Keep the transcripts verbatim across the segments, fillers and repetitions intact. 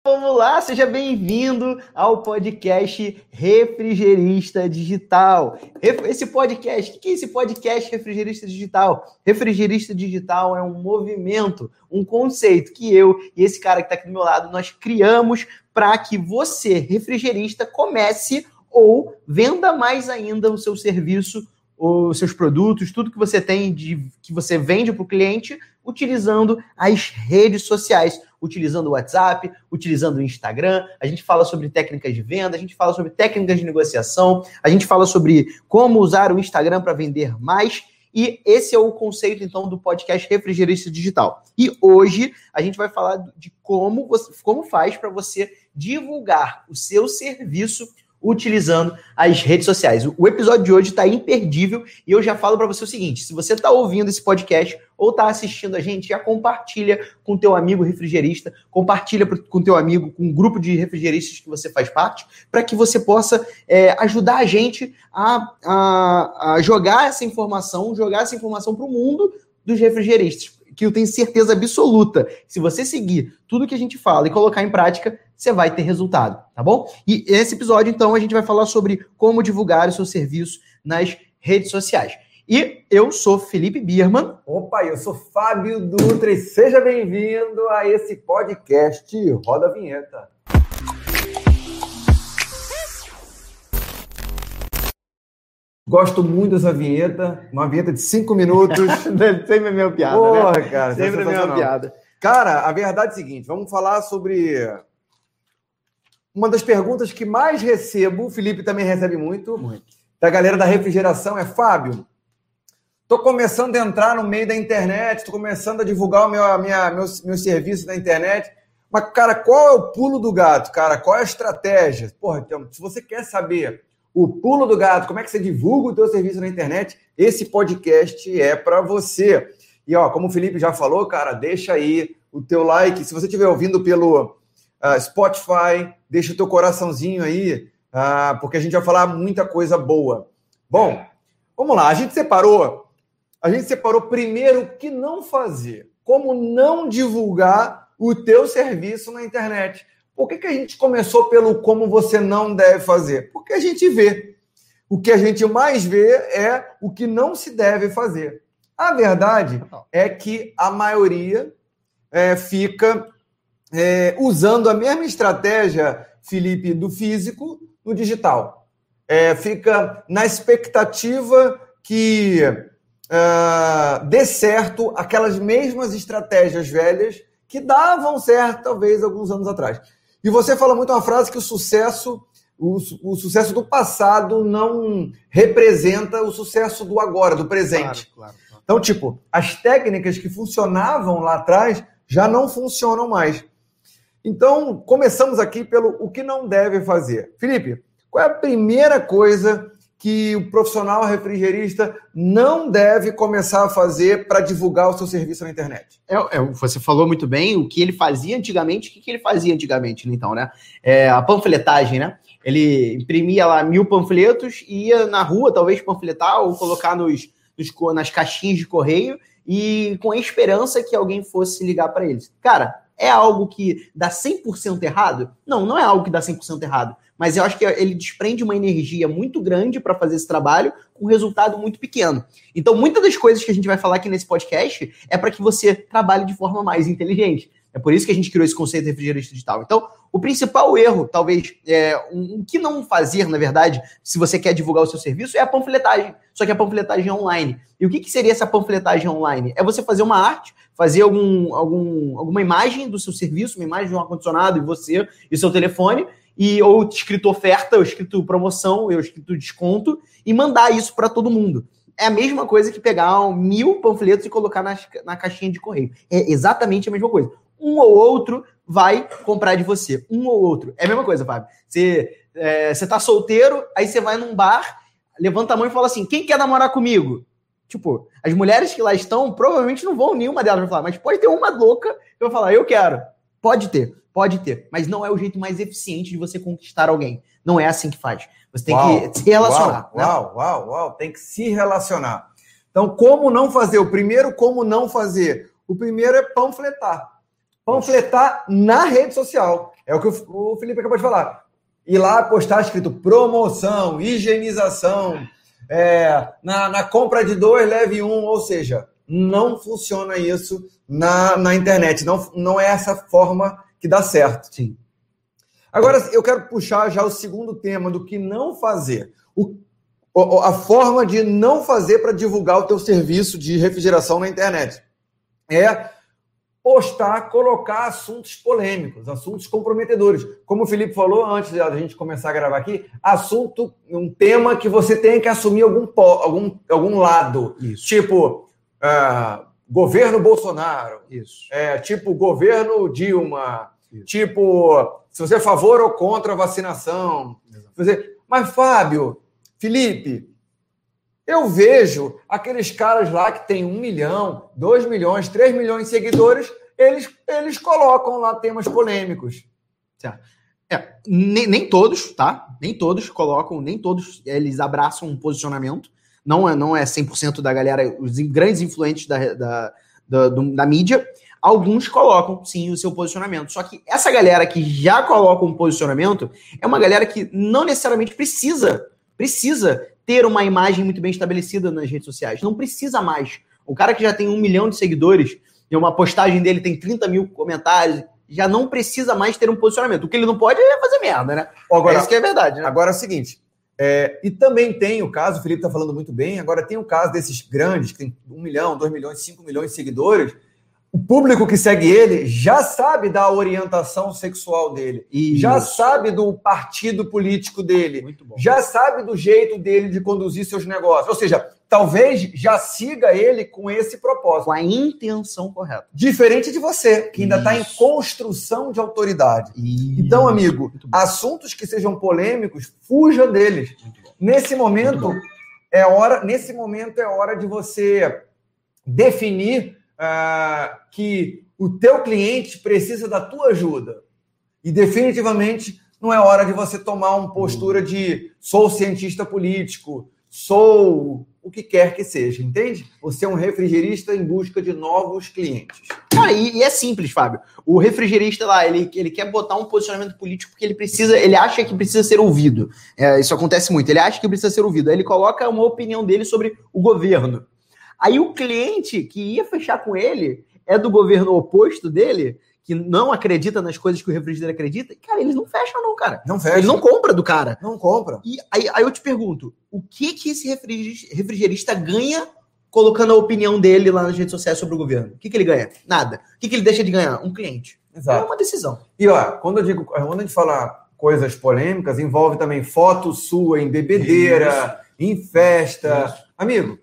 Vamos lá, seja bem-vindo ao podcast Refrigerista Digital. Esse podcast, o que é esse podcast Refrigerista Digital? Refrigerista Digital é um movimento, um conceito que eu e esse cara que está aqui do meu lado, nós criamos para que você, refrigerista, comece ou venda mais ainda o seu serviço, os seus produtos, tudo que você tem, de, que você vende para o cliente, utilizando as redes sociais, utilizando o WhatsApp, utilizando o Instagram. A gente fala sobre técnicas de venda, a gente fala sobre técnicas de negociação, a gente fala sobre como usar o Instagram para vender mais. E esse é o conceito, então, do podcast Refrigerista Digital. E hoje a gente vai falar de como, você, como faz para você divulgar o seu serviço utilizando as redes sociais. O episódio de hoje está imperdível e eu já falo para você o seguinte: se você está ouvindo esse podcast ou está assistindo a gente, já compartilha com o teu amigo refrigerista, compartilha com o teu amigo, com um grupo de refrigeristas que você faz parte, para que você possa é, ajudar a gente a, a, a jogar essa informação, jogar essa informação para o mundo dos refrigeristas, que eu tenho certeza absoluta, se você seguir tudo que a gente fala e colocar em prática, você vai ter resultado, tá bom? E nesse episódio, então, a gente vai falar sobre como divulgar o seu serviço nas redes sociais. E eu sou Felipe Birman. Opa, eu sou Fábio Dutra e seja bem-vindo a esse podcast Roda a Vinheta. Gosto muito dessa vinheta, uma vinheta de cinco minutos. Sempre a minha piada, Porra, né? cara. Sempre a minha piada. Cara, a verdade é a seguinte, vamos falar sobre uma das perguntas que mais recebo, o Felipe também recebe muito, muito. Da galera da refrigeração, é: Fábio, tô começando a entrar no meio da internet, tô começando a divulgar o meu, a minha, meu, meu serviço na internet, mas, cara, qual é o pulo do gato, cara? Qual é a estratégia? Porra, então, se você quer saber o pulo do gato, como é que você divulga o teu serviço na internet, esse podcast é para você. E, ó, como o Felipe já falou, cara, deixa aí o teu like. Se você estiver ouvindo pelo uh, Spotify, deixa o teu coraçãozinho aí, uh, porque a gente vai falar muita coisa boa. Bom, vamos lá. A gente separou, a gente separou primeiro o que não fazer, como não divulgar o teu serviço na internet. Por que que a gente começou pelo como você não deve fazer? Porque a gente vê. O que a gente mais vê é o que não se deve fazer. A verdade é que a maioria é, fica é, usando a mesma estratégia, Felipe, do físico no digital. É, fica na expectativa que uh, dê certo aquelas mesmas estratégias velhas que davam certo, talvez, alguns anos atrás. E você fala muito uma frase que o sucesso, o, o sucesso do passado não representa o sucesso do agora, do presente. Claro, claro, claro. Então, tipo, as técnicas que funcionavam lá atrás já não funcionam mais. Então, começamos aqui pelo o que não deve fazer. Felipe, qual é a primeira coisa que o profissional refrigerista não deve começar a fazer para divulgar o seu serviço na internet? É, é, você falou muito bem o que ele fazia antigamente. O que, que ele fazia antigamente, então, né? É, a panfletagem, né? Ele imprimia lá mil panfletos e ia na rua, talvez, panfletar ou colocar nos, nos, nas caixinhas de correio e com a esperança que alguém fosse ligar para eles. Cara, é algo que dá cem por cento errado? Não, não é algo que dá cem por cento errado. Mas eu acho que ele desprende uma energia muito grande para fazer esse trabalho com um resultado muito pequeno. Então, muitas das coisas que a gente vai falar aqui nesse podcast é para que você trabalhe de forma mais inteligente. É por isso que a gente criou esse conceito de refrigerista digital. Então, o principal erro, talvez, é, um, um que não fazer, na verdade, se você quer divulgar o seu serviço, é a panfletagem. Só que a panfletagem é online. E o que, que seria essa panfletagem online? É você fazer uma arte, fazer algum, algum, alguma imagem do seu serviço, uma imagem de um ar-condicionado e você e o seu telefone, e, ou escrito oferta, ou escrito promoção, ou escrito desconto, e mandar isso para todo mundo. É a mesma coisa que pegar um, mil panfletos e colocar na, na caixinha de correio. É exatamente a mesma coisa. Um ou outro vai comprar de você. Um ou outro. É a mesma coisa, Fábio. Você, é, você tá solteiro, aí você vai num bar, levanta a mão e fala assim: quem quer namorar comigo? Tipo, as mulheres que lá estão, provavelmente não vão, nenhuma delas vai falar, mas pode ter uma louca que vai falar: eu quero. Pode ter. Pode ter, mas não é o jeito mais eficiente de você conquistar alguém. Não é assim que faz. Você tem uau, que se relacionar. Uau, né? uau, uau, uau, tem que se relacionar. Então, como não fazer? O primeiro, como não fazer? O primeiro é panfletar. Panfletar na rede social. É o que o, o Felipe acabou de falar. Ir lá postar escrito promoção, higienização, é, na, na compra de dois, leve um, ou seja, não funciona isso na, na internet. Não, não é essa forma que dá certo. Sim. Agora, eu quero puxar já o segundo tema do que não fazer. O, a forma de não fazer para divulgar o teu serviço de refrigeração na internet. É postar, colocar assuntos polêmicos, assuntos comprometedores. Como o Felipe falou antes da gente começar a gravar aqui, assunto, um tema que você tem que assumir algum, algum, algum lado. Isso. Tipo, uh, governo Bolsonaro. Isso. É, tipo, governo Dilma. Isso. Tipo, se você é a favor ou contra a vacinação. Você... Mas, Fábio, Felipe, eu vejo aqueles caras lá que tem um milhão, dois milhões, três milhões de seguidores, eles, eles colocam lá temas polêmicos. Certo. É, nem, nem todos, tá? Nem todos colocam, nem todos eles abraçam um posicionamento. Não é, não é cem por cento da galera, os grandes influentes da, da, da, do, da mídia. Alguns colocam, sim, o seu posicionamento. Só que essa galera que já coloca um posicionamento é uma galera que não necessariamente precisa, precisa ter uma imagem muito bem estabelecida nas redes sociais. Não precisa mais. O cara que já tem um milhão de seguidores e uma postagem dele tem trinta mil comentários, já não precisa mais ter um posicionamento. O que ele não pode é fazer merda, né? Agora, é isso que é verdade, né? Agora é o seguinte, é, e também tem o caso, o Felipe está falando muito bem, agora tem o caso desses grandes, que tem um milhão, dois milhões, cinco milhões de seguidores. O público que segue ele já sabe da orientação sexual dele, Isso. já sabe do partido político dele, já sabe do jeito dele de conduzir seus negócios. Ou seja, talvez já siga ele com esse propósito. Com a intenção correta. Diferente de você, que ainda está em construção de autoridade. Isso. Então, amigo, assuntos que sejam polêmicos, fuja deles. Nesse momento, é hora, nesse momento é hora de você definir Uh, que o teu cliente precisa da tua ajuda. E definitivamente não é hora de você tomar uma postura de sou cientista político, sou o que quer que seja, entende? Você é um refrigerista em busca de novos clientes. Ah, e, e é simples, Fábio. O refrigerista lá, ele, ele quer botar um posicionamento político porque ele precisa, ele acha que precisa ser ouvido. É, isso acontece muito. Ele acha que precisa ser ouvido. Aí ele coloca uma opinião dele sobre o governo. Aí o cliente que ia fechar com ele é do governo oposto dele, que não acredita nas coisas que o refrigerista acredita. Cara, eles não fecham não, cara. Não fecham. Ele não compra do cara. Não compra. E aí, aí eu te pergunto, o que que esse refrigerista, refrigerista ganha colocando a opinião dele lá nas redes sociais sobre o governo? O que que ele ganha? Nada. O que que ele deixa de ganhar? Um cliente. Exato. É uma decisão. E ó, quando eu digo, quando a gente fala coisas polêmicas, envolve também foto sua em bebedeira, Isso. em festa. Isso. Amigo,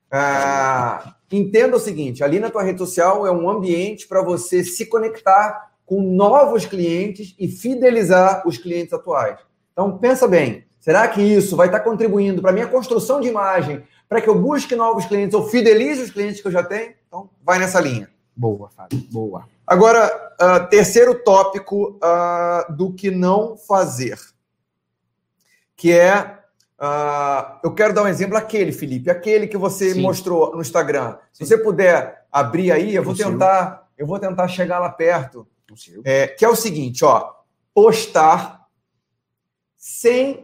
Ah, entenda o seguinte, ali na tua rede social é um ambiente para você se conectar com novos clientes e fidelizar os clientes atuais. Então, pensa bem, será que isso vai estar contribuindo para a minha construção de imagem, para que eu busque novos clientes ou fidelize os clientes que eu já tenho? Então, vai nessa linha. Boa, Fábio, boa. Agora, uh, terceiro tópico uh, do que não fazer, que é... Uh, eu quero dar um exemplo, aquele, Felipe, aquele que você Sim. mostrou no Instagram. Se Sim. você puder abrir aí, eu vou tentar, eu vou tentar chegar lá perto. É, que é o seguinte, ó, postar sem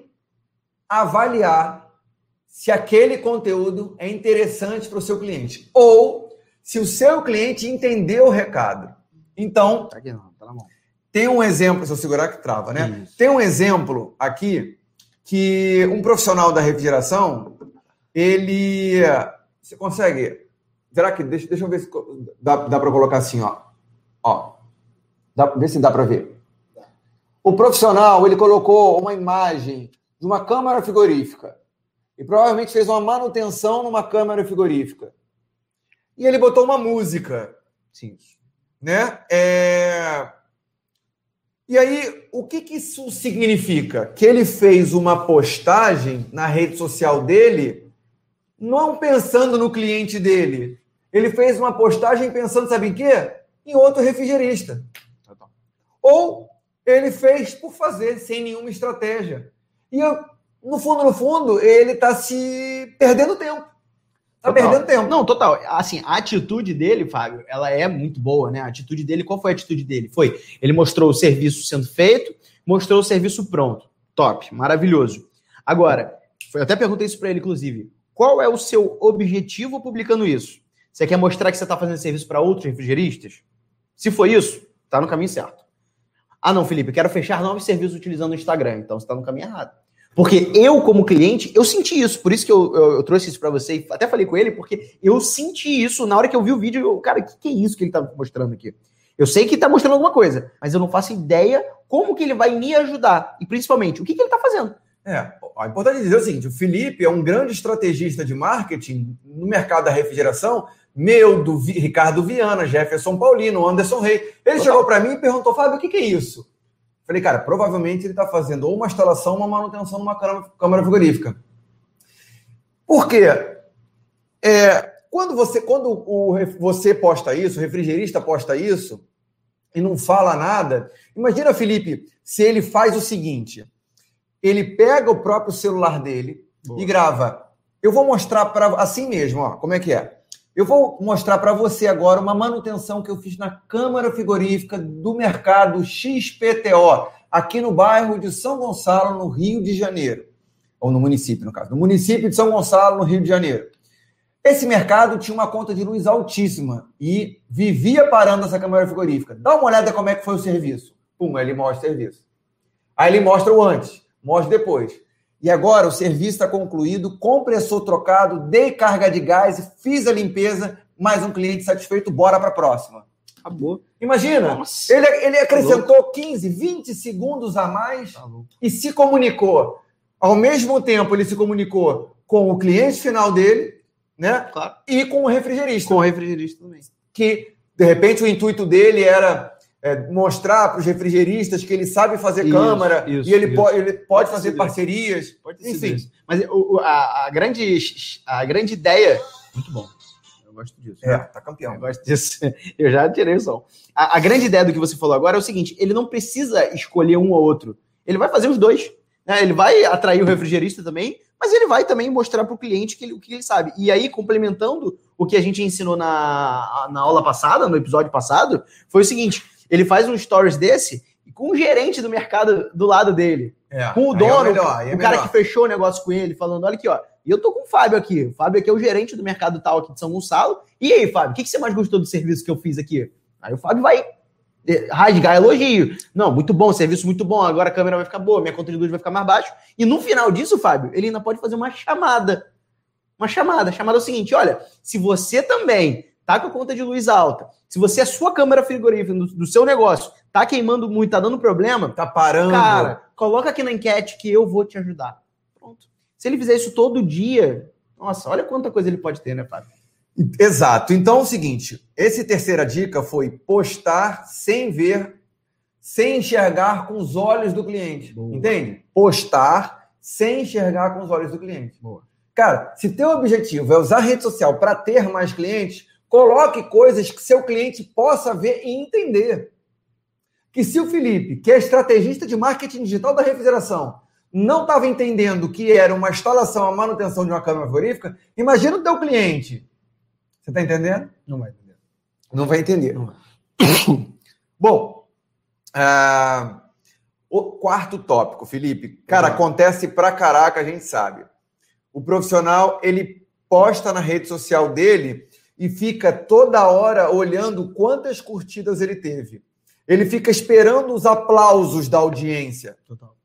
avaliar se aquele conteúdo é interessante para o seu cliente ou se o seu cliente entendeu o recado. Então, tá aqui, não, tá na mão. Tem um exemplo, se eu segurar que trava, né? Isso. Tem um exemplo aqui que um profissional da refrigeração, ele... Você consegue... Será que... Deixa, deixa eu ver se dá, dá para colocar assim, ó. Ó. Dá, vê se dá para ver. O profissional, ele colocou uma imagem de uma câmara frigorífica e provavelmente fez uma manutenção numa câmara frigorífica. E ele botou uma música. Sim. Né? É... E aí, o que, que isso significa? Que ele fez uma postagem na rede social dele, não pensando no cliente dele. Ele fez uma postagem pensando, sabe em quê? Em outro refrigerista. Ou ele fez por fazer, sem nenhuma estratégia. E, no fundo, no fundo, ele está se perdendo tempo. Tá perdendo tempo. Não, total. Assim, a atitude dele, Fábio, ela é muito boa, né? A atitude dele, qual foi a atitude dele? Foi, ele mostrou o serviço sendo feito, mostrou o serviço pronto. Top, maravilhoso. Agora, eu até perguntei isso para ele, inclusive. Qual é o seu objetivo publicando isso? Você quer mostrar que você está fazendo serviço para outros refrigeristas? Se for isso, tá no caminho certo. Ah, não, Felipe, eu quero fechar novos serviços utilizando o Instagram. Então, você está no caminho errado. Porque eu, como cliente, eu senti isso. Por isso que eu, eu, eu trouxe isso para você. Até falei com ele, porque eu senti isso na hora que eu vi o vídeo. Eu, cara, o que, que é isso que ele está mostrando aqui? Eu sei que está mostrando alguma coisa, mas eu não faço ideia como que ele vai me ajudar. E, principalmente, o que, que ele está fazendo. É, é importante dizer o seguinte, o Felipe é um grande estrategista de marketing no mercado da refrigeração, meu, do Vi, Ricardo Viana, Jefferson Paulino, Anderson Rey. Ele Total. chegou para mim e perguntou, Fábio, o que, que é isso? Falei, cara, provavelmente ele está fazendo ou uma instalação ou uma manutenção numa câmara frigorífica. Por quê? É, quando você, quando o, você posta isso, o refrigerista posta isso, e não fala nada, imagina, Felipe, se ele faz o seguinte, ele pega o próprio celular dele Boa. e grava. Eu vou mostrar para assim mesmo, ó, como é que é. Eu vou mostrar para você agora uma manutenção que eu fiz na Câmara Frigorífica do Mercado X P T O, aqui no bairro de São Gonçalo, no Rio de Janeiro. Ou no município, no caso. No município de São Gonçalo, no Rio de Janeiro. Esse mercado tinha uma conta de luz altíssima e vivia parando essa Câmara Frigorífica. Dá uma olhada como é que foi o serviço. Pum, ele mostra o serviço. Aí ele mostra o antes, mostra depois. E agora o serviço está concluído, compressor trocado, dei carga de gás, fiz a limpeza, mais um cliente satisfeito, bora para a próxima. Acabou. Imagina, ele, ele acrescentou tá quinze, vinte segundos a mais tá e se comunicou. Ao mesmo tempo, ele se comunicou com o cliente final dele, né? Claro. E com o refrigerista. Com o refrigerista também. Que, de repente, o intuito dele era... É, mostrar para os refrigeristas que ele sabe fazer isso, câmara isso, e ele, isso. Po ele pode, pode fazer parcerias. Pode enfim. Isso. Mas o, a, a, grande, a grande ideia... Muito bom. Eu gosto disso. É, né? Tá campeão. Eu gosto disso. Eu já tirei o som. A, a grande ideia do que você falou agora é o seguinte, ele não precisa escolher um ou outro. Ele vai fazer os dois. Né? Ele vai atrair o refrigerista também, mas ele vai também mostrar para o cliente que ele, o que ele sabe. E aí, complementando o que a gente ensinou na, na aula passada, no episódio passado, foi o seguinte... Ele faz um stories desse com o gerente do mercado do lado dele. É, com o dono, é melhor, é o cara melhor. que fechou o negócio com ele, falando, olha aqui, ó, e eu tô com o Fábio aqui. O Fábio aqui é o gerente do mercado tal aqui de São Gonçalo. E aí, Fábio, o que, que você mais gostou do serviço que eu fiz aqui? Aí o Fábio vai rasgar elogio. Não, muito bom, serviço muito bom, agora a câmera vai ficar boa, minha conta de luz vai ficar mais baixo. E no final disso, Fábio, ele ainda pode fazer uma chamada. Uma chamada. A chamada é o seguinte, olha, se você também... tá com a conta de luz alta, se você, a sua câmara frigorífica do, do seu negócio tá queimando muito, tá dando problema, tá parando, cara, coloca aqui na enquete que eu vou te ajudar. Pronto. Se ele fizer isso todo dia, nossa, olha quanta coisa ele pode ter, né, Fábio? Exato. Então é o seguinte, essa terceira dica foi postar sem ver, sem enxergar com os olhos do cliente. Boa. Entende? Postar sem enxergar com os olhos do cliente. Boa. Cara, se teu objetivo é usar a rede social para ter mais clientes, coloque coisas que seu cliente possa ver e entender. Que se o Felipe, que é estrategista de marketing digital da refrigeração, não estava entendendo que era uma instalação, a manutenção de uma câmara frigorífica, imagina o teu cliente. Você está entendendo? Não vai entender. Não vai entender. Não vai. Bom, uh, o quarto tópico, Felipe. Cara, uhum. acontece pra caraca, a gente sabe. O profissional, ele posta na rede social dele e fica toda hora olhando quantas curtidas ele teve. Ele fica esperando os aplausos da audiência. Total.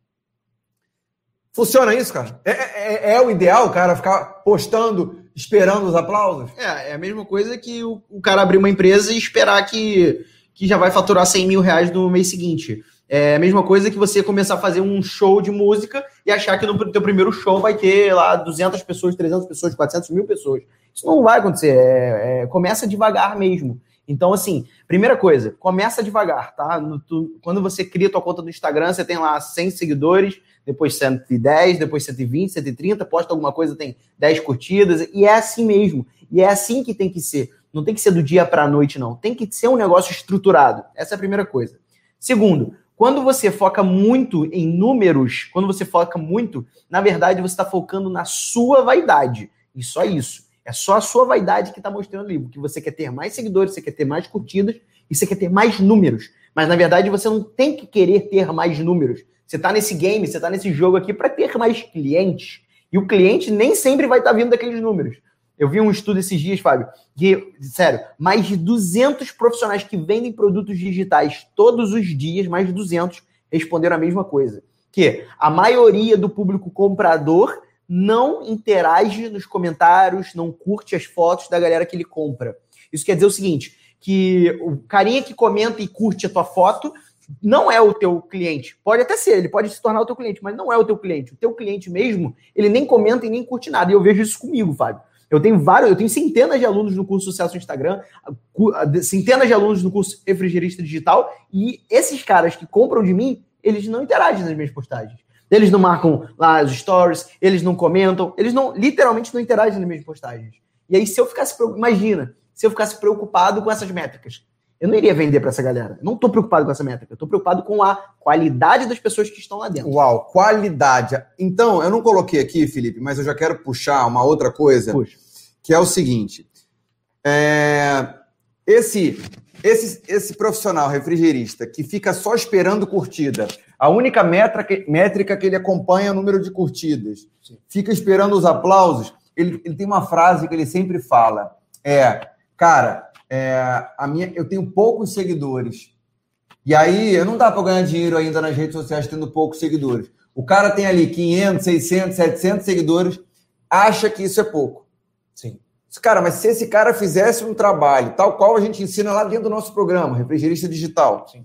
Funciona isso, cara? É, é, é o ideal o cara ficar postando, esperando os aplausos? É, é a mesma coisa que o, o cara abrir uma empresa e esperar que, que já vai faturar cem mil reais no mês seguinte. É a mesma coisa que você começar a fazer um show de música e achar que no teu primeiro show vai ter lá duzentas pessoas, trezentas pessoas, quatrocentas mil pessoas. Isso não vai acontecer. É, é, começa devagar mesmo. Então, assim, primeira coisa, começa devagar, tá? No, tu, quando você cria tua conta do Instagram, você tem lá cem seguidores, depois cento e dez, depois cento e vinte, cento e trinta, posta alguma coisa, tem dez curtidas, e é assim mesmo. E é assim que tem que ser. Não tem que ser do dia para a noite, não. Tem que ser um negócio estruturado. Essa é a primeira coisa. Segundo, quando você foca muito em números, quando você foca muito, na verdade, você está focando na sua vaidade. E só isso. É só a sua vaidade que está mostrando ali, que você quer ter mais seguidores, você quer ter mais curtidas e você quer ter mais números. Mas, na verdade, você não tem que querer ter mais números. Você está nesse game, você está nesse jogo aqui para ter mais clientes. E o cliente nem sempre vai estar tá vindo daqueles números. Eu vi um estudo esses dias, Fábio, que, sério, mais de duzentos profissionais que vendem produtos digitais todos os dias, mais de duzentos, responderam a mesma coisa. Que a maioria do público comprador não interage nos comentários, não curte as fotos da galera que ele compra. Isso quer dizer o seguinte, que o carinha que comenta e curte a tua foto não é o teu cliente. Pode até ser, ele pode se tornar o teu cliente, mas não é o teu cliente. O teu cliente mesmo, ele nem comenta e nem curte nada. E eu vejo isso comigo, Fábio. Eu tenho vários, eu tenho centenas de alunos no curso Sucesso no Instagram, centenas de alunos no curso Refrigerista Digital, e esses caras que compram de mim, eles não interagem nas minhas postagens. Eles não marcam lá os stories, eles não comentam, eles não, literalmente não interagem nas minhas postagens. E aí, se eu ficasse, imagina, se eu ficasse preocupado com essas métricas, eu não iria vender para essa galera. Não estou preocupado com essa métrica, estou preocupado com a qualidade das pessoas que estão lá dentro. Uau, qualidade. Então, eu não coloquei aqui, Felipe, mas eu já quero puxar uma outra coisa, Puxa. que é o seguinte. É, esse, esse, esse profissional refrigerista que fica só esperando curtida, a única métrica, métrica que ele acompanha é o número de curtidas, Sim. fica esperando os aplausos, ele, ele tem uma frase que ele sempre fala, é, cara... É, a minha, eu tenho poucos seguidores. E aí, não dá para ganhar dinheiro ainda nas redes sociais tendo poucos seguidores. O cara tem ali quinhentos, seiscentos, setecentos seguidores, acha que isso é pouco. Sim. Cara, mas se esse cara fizesse um trabalho, tal qual a gente ensina lá dentro do nosso programa, Refrigerista Digital, Sim.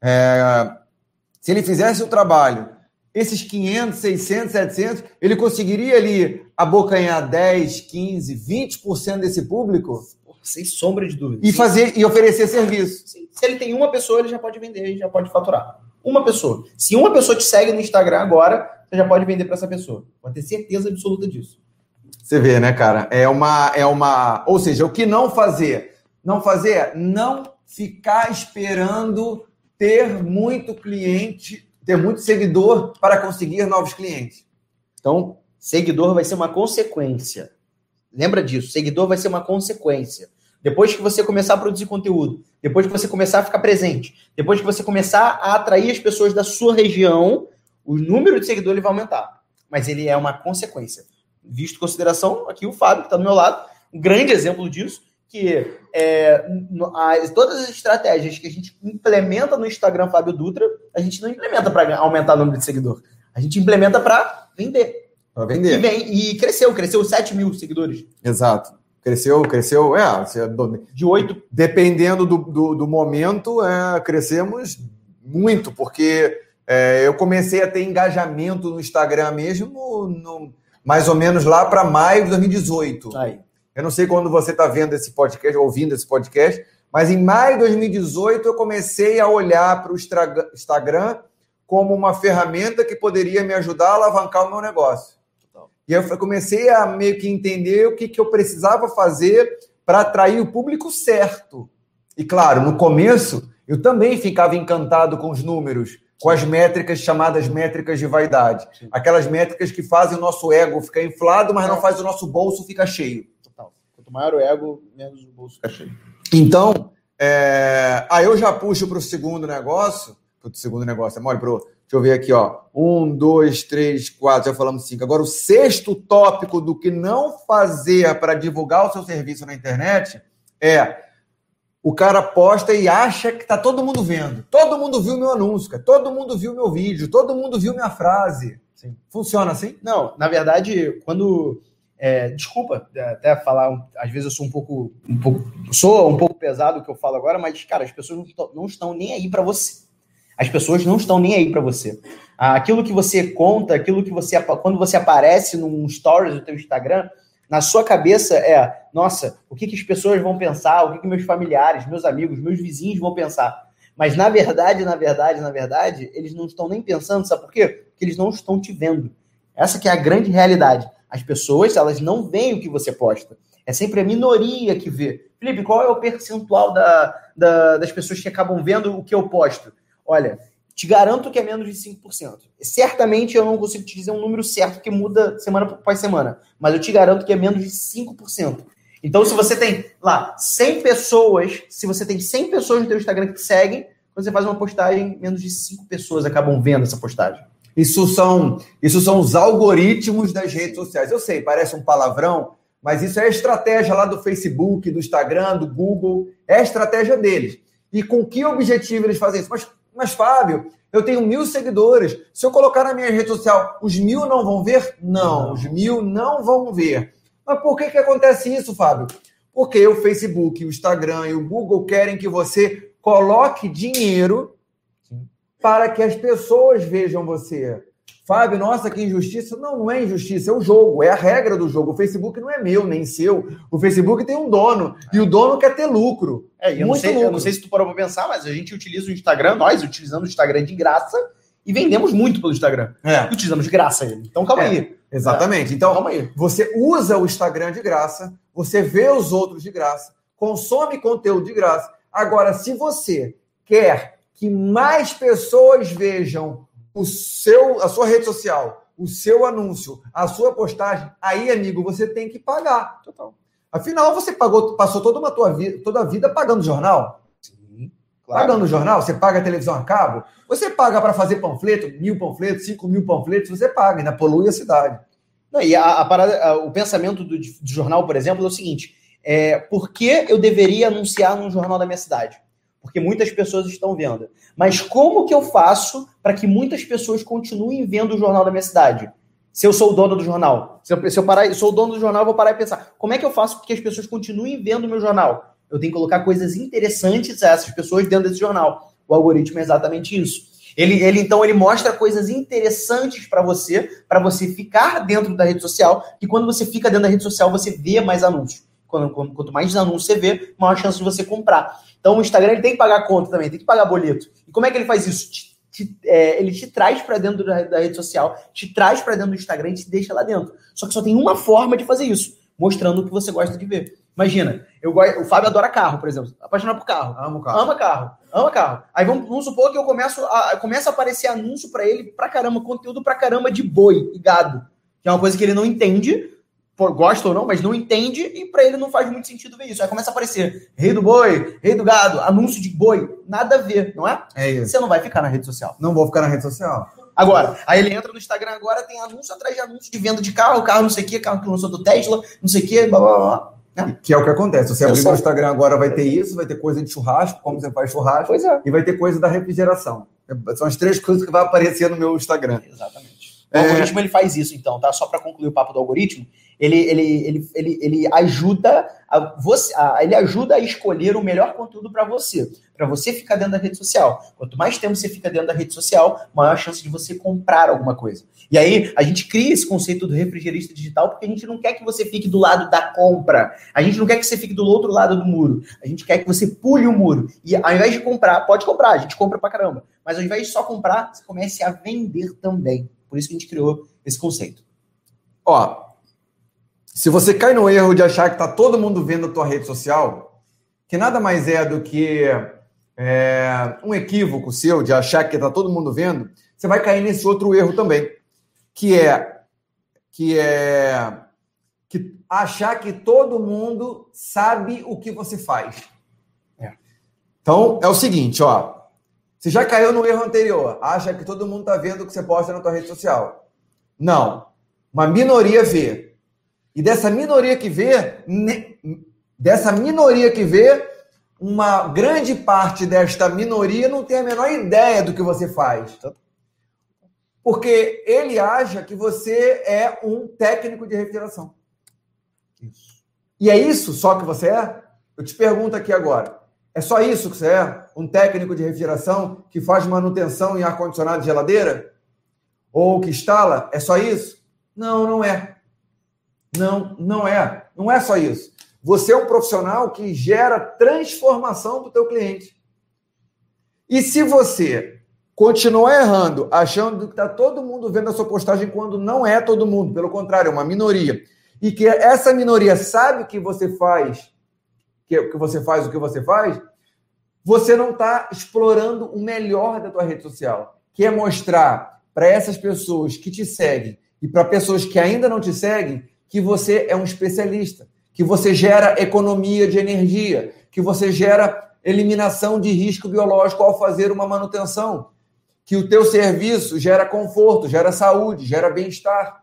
É, se ele fizesse o trabalho, esses quinhentos, seiscentos, setecentos, ele conseguiria ali abocanhar dez, quinze, vinte por cento desse público? Sem sombra de dúvida. E, fazer, e oferecer serviço. Sim. Se ele tem uma pessoa, ele já pode vender, ele já pode faturar. Uma pessoa. Se uma pessoa te segue no Instagram agora, você já pode vender para essa pessoa. Pode ter certeza absoluta disso. Você vê, né, cara? É uma, é uma... Ou seja, o que não fazer? Não fazer é não ficar esperando ter muito cliente, ter muito seguidor para conseguir novos clientes. Então, seguidor vai ser uma consequência. Lembra disso, seguidor vai ser uma consequência. Depois que você começar a produzir conteúdo, depois que você começar a ficar presente, depois que você começar a atrair as pessoas da sua região, o número de seguidores vai aumentar. Mas ele é uma consequência. Visto em consideração, aqui o Fábio, que está do meu lado, um grande exemplo disso, que é, as, todas as estratégias que a gente implementa no Instagram Fábio Dutra, a gente não implementa para aumentar o número de seguidor. A gente implementa para vender. Para vender. E, vem, e cresceu, cresceu sete mil seguidores. Exato. Cresceu, cresceu, é, de oito. Dependendo do, do, do momento, é, crescemos muito, porque é, eu comecei a ter engajamento no Instagram mesmo, no, mais ou menos lá para maio de dois mil e dezoito. Aí. Eu não sei quando você está vendo esse podcast, ouvindo esse podcast, mas em maio de dois mil e dezoito eu comecei a olhar para o Instagram como uma ferramenta que poderia me ajudar a alavancar o meu negócio. E eu comecei a meio que entender o que, que eu precisava fazer para atrair o público certo. E claro, no começo, eu também ficava encantado com os números, com as métricas chamadas métricas de vaidade. Sim. Aquelas métricas que fazem o nosso ego ficar inflado, mas não faz o nosso bolso ficar cheio. Total. Quanto maior o ego, menos o bolso fica cheio. Então, é... aí eu já puxo para o segundo negócio. Para o segundo negócio, é mole, pro... Deixa eu ver aqui, ó. Um, dois, três, quatro, já falamos cinco. Agora, o sexto tópico do que não fazer para divulgar o seu serviço na internet é o cara posta e acha que tá todo mundo vendo. Todo mundo viu meu anúncio, cara. Todo mundo viu meu vídeo, todo mundo viu minha frase. Sim. Funciona assim? Não, na verdade, quando... É, desculpa até falar, às vezes eu sou um pouco, um pouco... Sou um pouco pesado o que eu falo agora, mas, cara, as pessoas não estão, não estão nem aí para você. As pessoas não estão nem aí para você. Aquilo que você conta, aquilo que você... Quando você aparece num stories do teu Instagram, na sua cabeça é, nossa, o que, que as pessoas vão pensar, o que, que meus familiares, meus amigos, meus vizinhos vão pensar. Mas, na verdade, na verdade, na verdade, eles não estão nem pensando, sabe por quê? Porque eles não estão te vendo. Essa que é a grande realidade. As pessoas, elas não veem o que você posta. É sempre a minoria que vê. Felipe, qual é o percentual da, da, das pessoas que acabam vendo o que eu posto? Olha, Te garanto que é menos de cinco por cento. Certamente eu não consigo te dizer um número certo, porque muda semana após semana. Mas eu te garanto que é menos de cinco por cento. Então, se você tem lá cem pessoas, se você tem cem pessoas no teu Instagram que te seguem, quando você faz uma postagem, menos de cinco pessoas acabam vendo essa postagem. Isso são, isso são os algoritmos das redes sociais. Eu sei, parece um palavrão, mas isso é a estratégia lá do Facebook, do Instagram, do Google. É a estratégia deles. E com que objetivo eles fazem isso? Mas, mas Fábio, eu tenho mil seguidores. Se eu colocar na minha rede social, os mil não vão ver? Não, os mil não vão ver. Mas por que que acontece isso, Fábio? Porque o Facebook, o Instagram e o Google querem que você coloque dinheiro para que as pessoas vejam você. Fábio, nossa, que injustiça. Não, não é injustiça, é o jogo, é a regra do jogo. O Facebook não é meu, nem seu. O Facebook tem um dono, e o dono quer ter lucro. É, eu, não sei, lucro. eu não sei se tu parou para pensar, mas a gente utiliza o Instagram, nós utilizamos o Instagram de graça e vendemos muito pelo Instagram. É. Utilizamos de graça ele. Então, calma é, aí. Exatamente. Então, calma aí. Você usa o Instagram de graça, você vê os outros de graça, consome conteúdo de graça. Agora, se você quer que mais pessoas vejam o seu, a sua rede social, o seu anúncio, a sua postagem, aí, amigo, você tem que pagar. Total. Afinal, você pagou, passou toda, uma tua vida, toda a vida pagando jornal? Sim, claro. Pagando jornal? Você paga a televisão a cabo? Você paga para fazer panfleto, mil panfletos, cinco mil panfletos, você paga, ainda polui a cidade. Não, e a, a parada, a, o pensamento do, do jornal, por exemplo, é o seguinte, é, por que eu deveria anunciar num jornal da minha cidade? Porque muitas pessoas estão vendo. Mas como que eu faço para que muitas pessoas continuem vendo o jornal da minha cidade? Se eu sou o dono do jornal. Se eu, se eu parar, eu sou o dono do jornal, eu vou parar e pensar, como é que eu faço para que as pessoas continuem vendo o meu jornal? Eu tenho que colocar coisas interessantes a essas pessoas dentro desse jornal. O algoritmo é exatamente isso. Ele, ele então, ele mostra coisas interessantes para você, para você ficar dentro da rede social, e quando você fica dentro da rede social, você vê mais anúncios. Quando, quanto mais anúncios você vê, maior chance de você comprar. Então, o Instagram ele tem que pagar conta também, tem que pagar boleto. E como é que ele faz isso? Te, te, é, ele te traz para dentro da, da rede social, te traz para dentro do Instagram e te deixa lá dentro. Só que só tem uma forma de fazer isso, mostrando o que você gosta de ver. Imagina, eu gosto, o Fábio adora carro, por exemplo. Apaixonado por carro. Amo carro. Ama carro. Ama carro. Aí vamos, vamos supor que eu começo a, começa a aparecer anúncio para ele pra caramba, conteúdo pra caramba de boi e gado. Que é uma coisa que ele não entende, gosta ou não, mas não entende, e para ele não faz muito sentido ver isso. Aí começa a aparecer rei do boi, rei do gado, anúncio de boi, nada a ver, não é? É isso. Você não vai ficar na rede social. Não vou ficar na rede social. Agora, aí ele entra no Instagram agora, tem anúncio atrás de anúncio de venda de carro, carro não sei o que, carro que lançou do Tesla, não sei o que, blá, blá, blá. É. Que é o que acontece. Você abrir o Instagram agora, vai ter isso, vai ter coisa de churrasco, como você faz churrasco, pois é. E vai ter coisa da refrigeração. São as três coisas que vão aparecer no meu Instagram. Exatamente. O é... algoritmo ele faz isso, então, tá? Só para concluir o papo do algoritmo, ele, ele, ele, ele, ele ajuda a você, a, ele ajuda a escolher o melhor conteúdo para você, para você ficar dentro da rede social. Quanto mais tempo você fica dentro da rede social, maior a chance de você comprar alguma coisa. E aí, a gente cria esse conceito do refrigerista digital porque a gente não quer que você fique do lado da compra. A gente não quer que você fique do outro lado do muro. A gente quer que você pule o muro. E ao invés de comprar, pode comprar, a gente compra pra caramba. Mas ao invés de só comprar, você comece a vender também. Por isso que a gente criou esse conceito. Ó, se você cai no erro de achar que tá todo mundo vendo a tua rede social, que nada mais é do que é, um equívoco seu de achar que tá todo mundo vendo, você vai cair nesse outro erro também. Que é, que é que achar que todo mundo sabe o que você faz. É. Então, é o seguinte, ó. Você já caiu no erro anterior. Acha que todo mundo está vendo o que você posta na tua rede social. Não. Uma minoria vê. E dessa minoria que vê, ne, dessa minoria que vê, uma grande parte desta minoria não tem a menor ideia do que você faz. Porque ele acha que você é um técnico de refrigeração. Isso. E é isso só que você é? Eu te pergunto aqui agora. É só isso que você é? Um técnico de refrigeração que faz manutenção em ar-condicionado de geladeira? Ou que instala? É só isso? Não, não é. Não, não é. Não é só isso. Você é um profissional que gera transformação para o teu cliente. E se você continuar errando, achando que está todo mundo vendo a sua postagem quando não é todo mundo, pelo contrário, é uma minoria, e que essa minoria sabe que você faz, que, que você faz o que você faz, você não está explorando o melhor da tua rede social, que é mostrar para essas pessoas que te seguem e para pessoas que ainda não te seguem que você é um especialista, que você gera economia de energia, que você gera eliminação de risco biológico ao fazer uma manutenção, que o teu serviço gera conforto, gera saúde, gera bem-estar.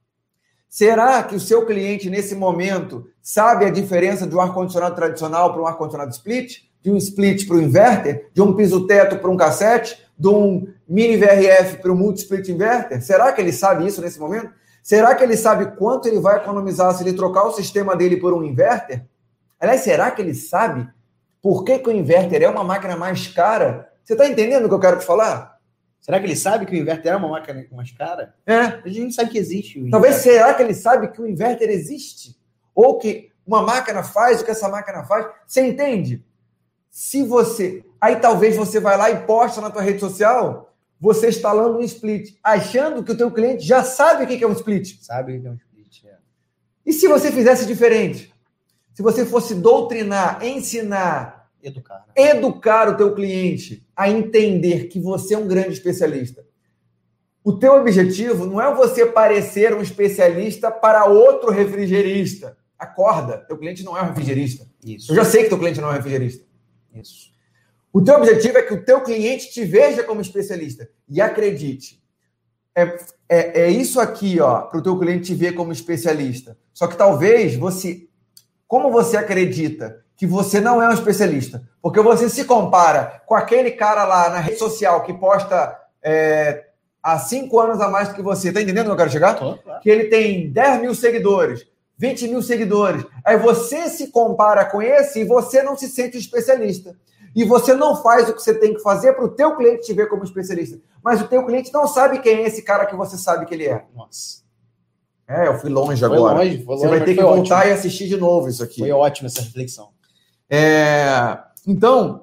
Será que o seu cliente, nesse momento, sabe a diferença de um ar-condicionado tradicional para um ar-condicionado split? De um split para um inverter? De um piso-teto para um cassete? De um mini V R F para um multi-split inverter? Será que ele sabe isso nesse momento? Será que ele sabe quanto ele vai economizar se ele trocar o sistema dele por um inverter? Aliás, será que ele sabe por que, que o inverter é uma máquina mais cara? Você está entendendo o que eu quero te falar? Será que ele sabe que o inverter é uma máquina mais cara? É. A gente sabe que existe. O Talvez será que ele sabe que o inverter existe? Ou que uma máquina faz o que essa máquina faz? Você entende? Se você... Aí talvez você vai lá e posta na tua rede social, você instalando um split, achando que o teu cliente já sabe o que é um split. Sabe o que é um split, é. E se você fizesse diferente? Se você fosse doutrinar, ensinar... Educar. Né? Educar o teu cliente a entender que você é um grande especialista. O teu objetivo não é você parecer um especialista para outro refrigerista. Acorda, teu cliente não é um refrigerista. Isso. Eu já sei que teu cliente não é um refrigerista. Isso. O teu objetivo é que o teu cliente te veja como especialista. E acredite, é, é, é isso aqui, ó, para o teu cliente te ver como especialista. Só que talvez você, como você acredita que você não é um especialista, porque você se compara com aquele cara lá na rede social que posta é, há cinco anos a mais do que você. Tá entendendo onde eu quero chegar? Tô, claro. Que ele tem dez mil seguidores, vinte mil seguidores. Aí você se compara com esse e você não se sente um especialista. E você não faz o que você tem que fazer para o teu cliente te ver como especialista. Mas o teu cliente não sabe quem é esse cara que você sabe que ele é. Nossa. É, eu fui longe foi agora. Longe, foi longe, você vai ter que voltar voltar ótimo. e assistir de novo isso aqui. Foi ótima essa reflexão. É... Então,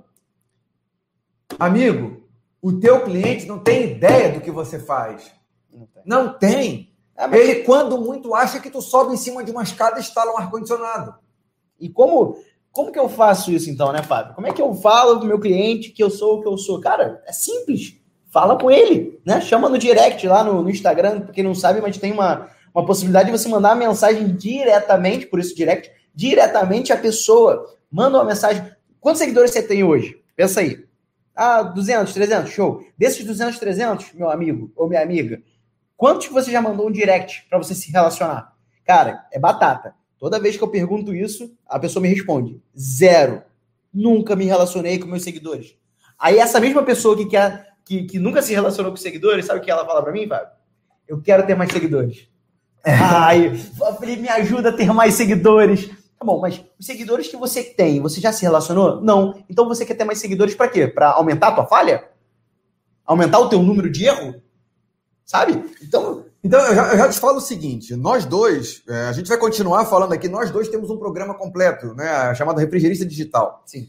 amigo, o teu cliente não tem ideia do que você faz. Não tem. Não tem. É, mas... Ele, quando muito, acha que tu sobe em cima de uma escada e instala um ar-condicionado. E como, como que eu faço isso então, né, Fábio? Como é que eu falo pro meu cliente que eu sou o que eu sou? Cara, é simples. Fala com ele, né? Chama no direct lá no, no Instagram, pra quem não sabe, mas tem uma, uma possibilidade de você mandar uma mensagem diretamente, por isso direct, diretamente à pessoa. Manda uma mensagem. Quantos seguidores você tem hoje? Pensa aí. Ah, duzentos, trezentos, show. Desses duzentos, trezentos, meu amigo ou minha amiga, quantos que você já mandou um direct para você se relacionar? Cara, é batata. Toda vez que eu pergunto isso, a pessoa me responde. Zero. Nunca me relacionei com meus seguidores. Aí essa mesma pessoa que, quer, que, que nunca se relacionou com seguidores, sabe o que ela fala para mim, Fábio? Eu quero ter mais seguidores. Ai, Felipe, me ajuda a ter mais seguidores. Tá bom, mas os seguidores que você tem, você já se relacionou? Não. Então você quer ter mais seguidores para quê? Para aumentar a tua falha? Aumentar o teu número de erro? Sabe? Então, então eu, já, eu já te falo o seguinte, nós dois, é, a gente vai continuar falando aqui, nós dois temos um programa completo, né, chamado Refrigerista Digital. Sim.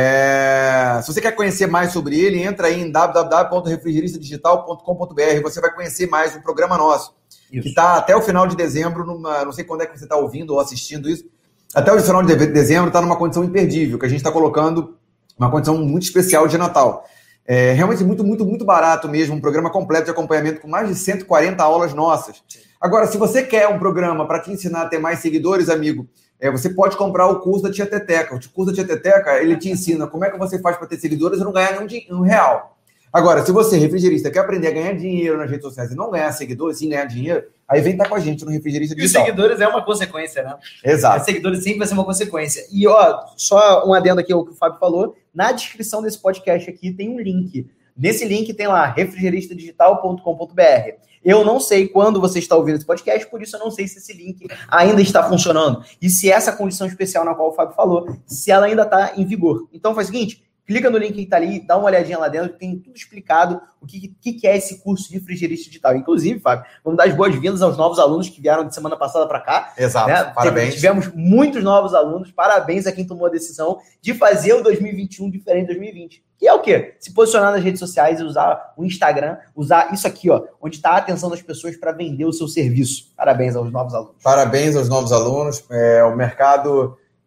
É, se você quer conhecer mais sobre ele, entra aí em w w w ponto refrigerista digital ponto com ponto b r, você vai conhecer mais um programa nosso, isso. Que está até o final de dezembro, numa, não sei quando é que você está ouvindo ou assistindo isso, até o final de dezembro está numa condição imperdível, que a gente está colocando uma condição muito especial de Natal. É realmente muito, muito, muito barato mesmo, um programa completo de acompanhamento com mais de cento e quarenta aulas nossas. Agora, se você quer um programa para te ensinar a ter mais seguidores, amigo, é, você pode comprar o curso da Tia Teteca. O curso da Tia Teteca, ele te ensina como é que você faz para ter seguidores e não ganhar nenhum, nenhum real. Agora, se você, refrigerista, quer aprender a ganhar dinheiro nas redes sociais e não ganhar seguidores, sim ganhar dinheiro, aí vem estar com a gente no Refrigerista Digital. E os seguidores é uma consequência, né? Exato. Os seguidores sempre vai ser uma consequência. E, ó, só um adendo aqui ao que o Fábio falou, na descrição desse podcast aqui tem um link. Nesse link tem lá, refrigerista digital ponto com ponto b r. Eu não sei quando você está ouvindo esse podcast, por isso eu não sei se esse link ainda está funcionando. E se essa condição especial na qual o Fábio falou, se ela ainda está em vigor. Então faz o seguinte, clica no link que está ali, dá uma olhadinha lá dentro, que tem tudo explicado o que, que, que é esse curso de refrigerista digital. Inclusive, Fábio, vamos dar as boas-vindas aos novos alunos que vieram de semana passada para cá. Exato, né? Parabéns. Tivemos muitos novos alunos, parabéns a quem tomou a decisão de fazer o dois mil e vinte e um diferente de dois mil e vinte. Que é o quê? Se posicionar nas redes sociais e usar o Instagram, usar isso aqui, ó, onde está a atenção das pessoas para vender o seu serviço. Parabéns aos novos alunos. Parabéns aos novos alunos. É, o mercado...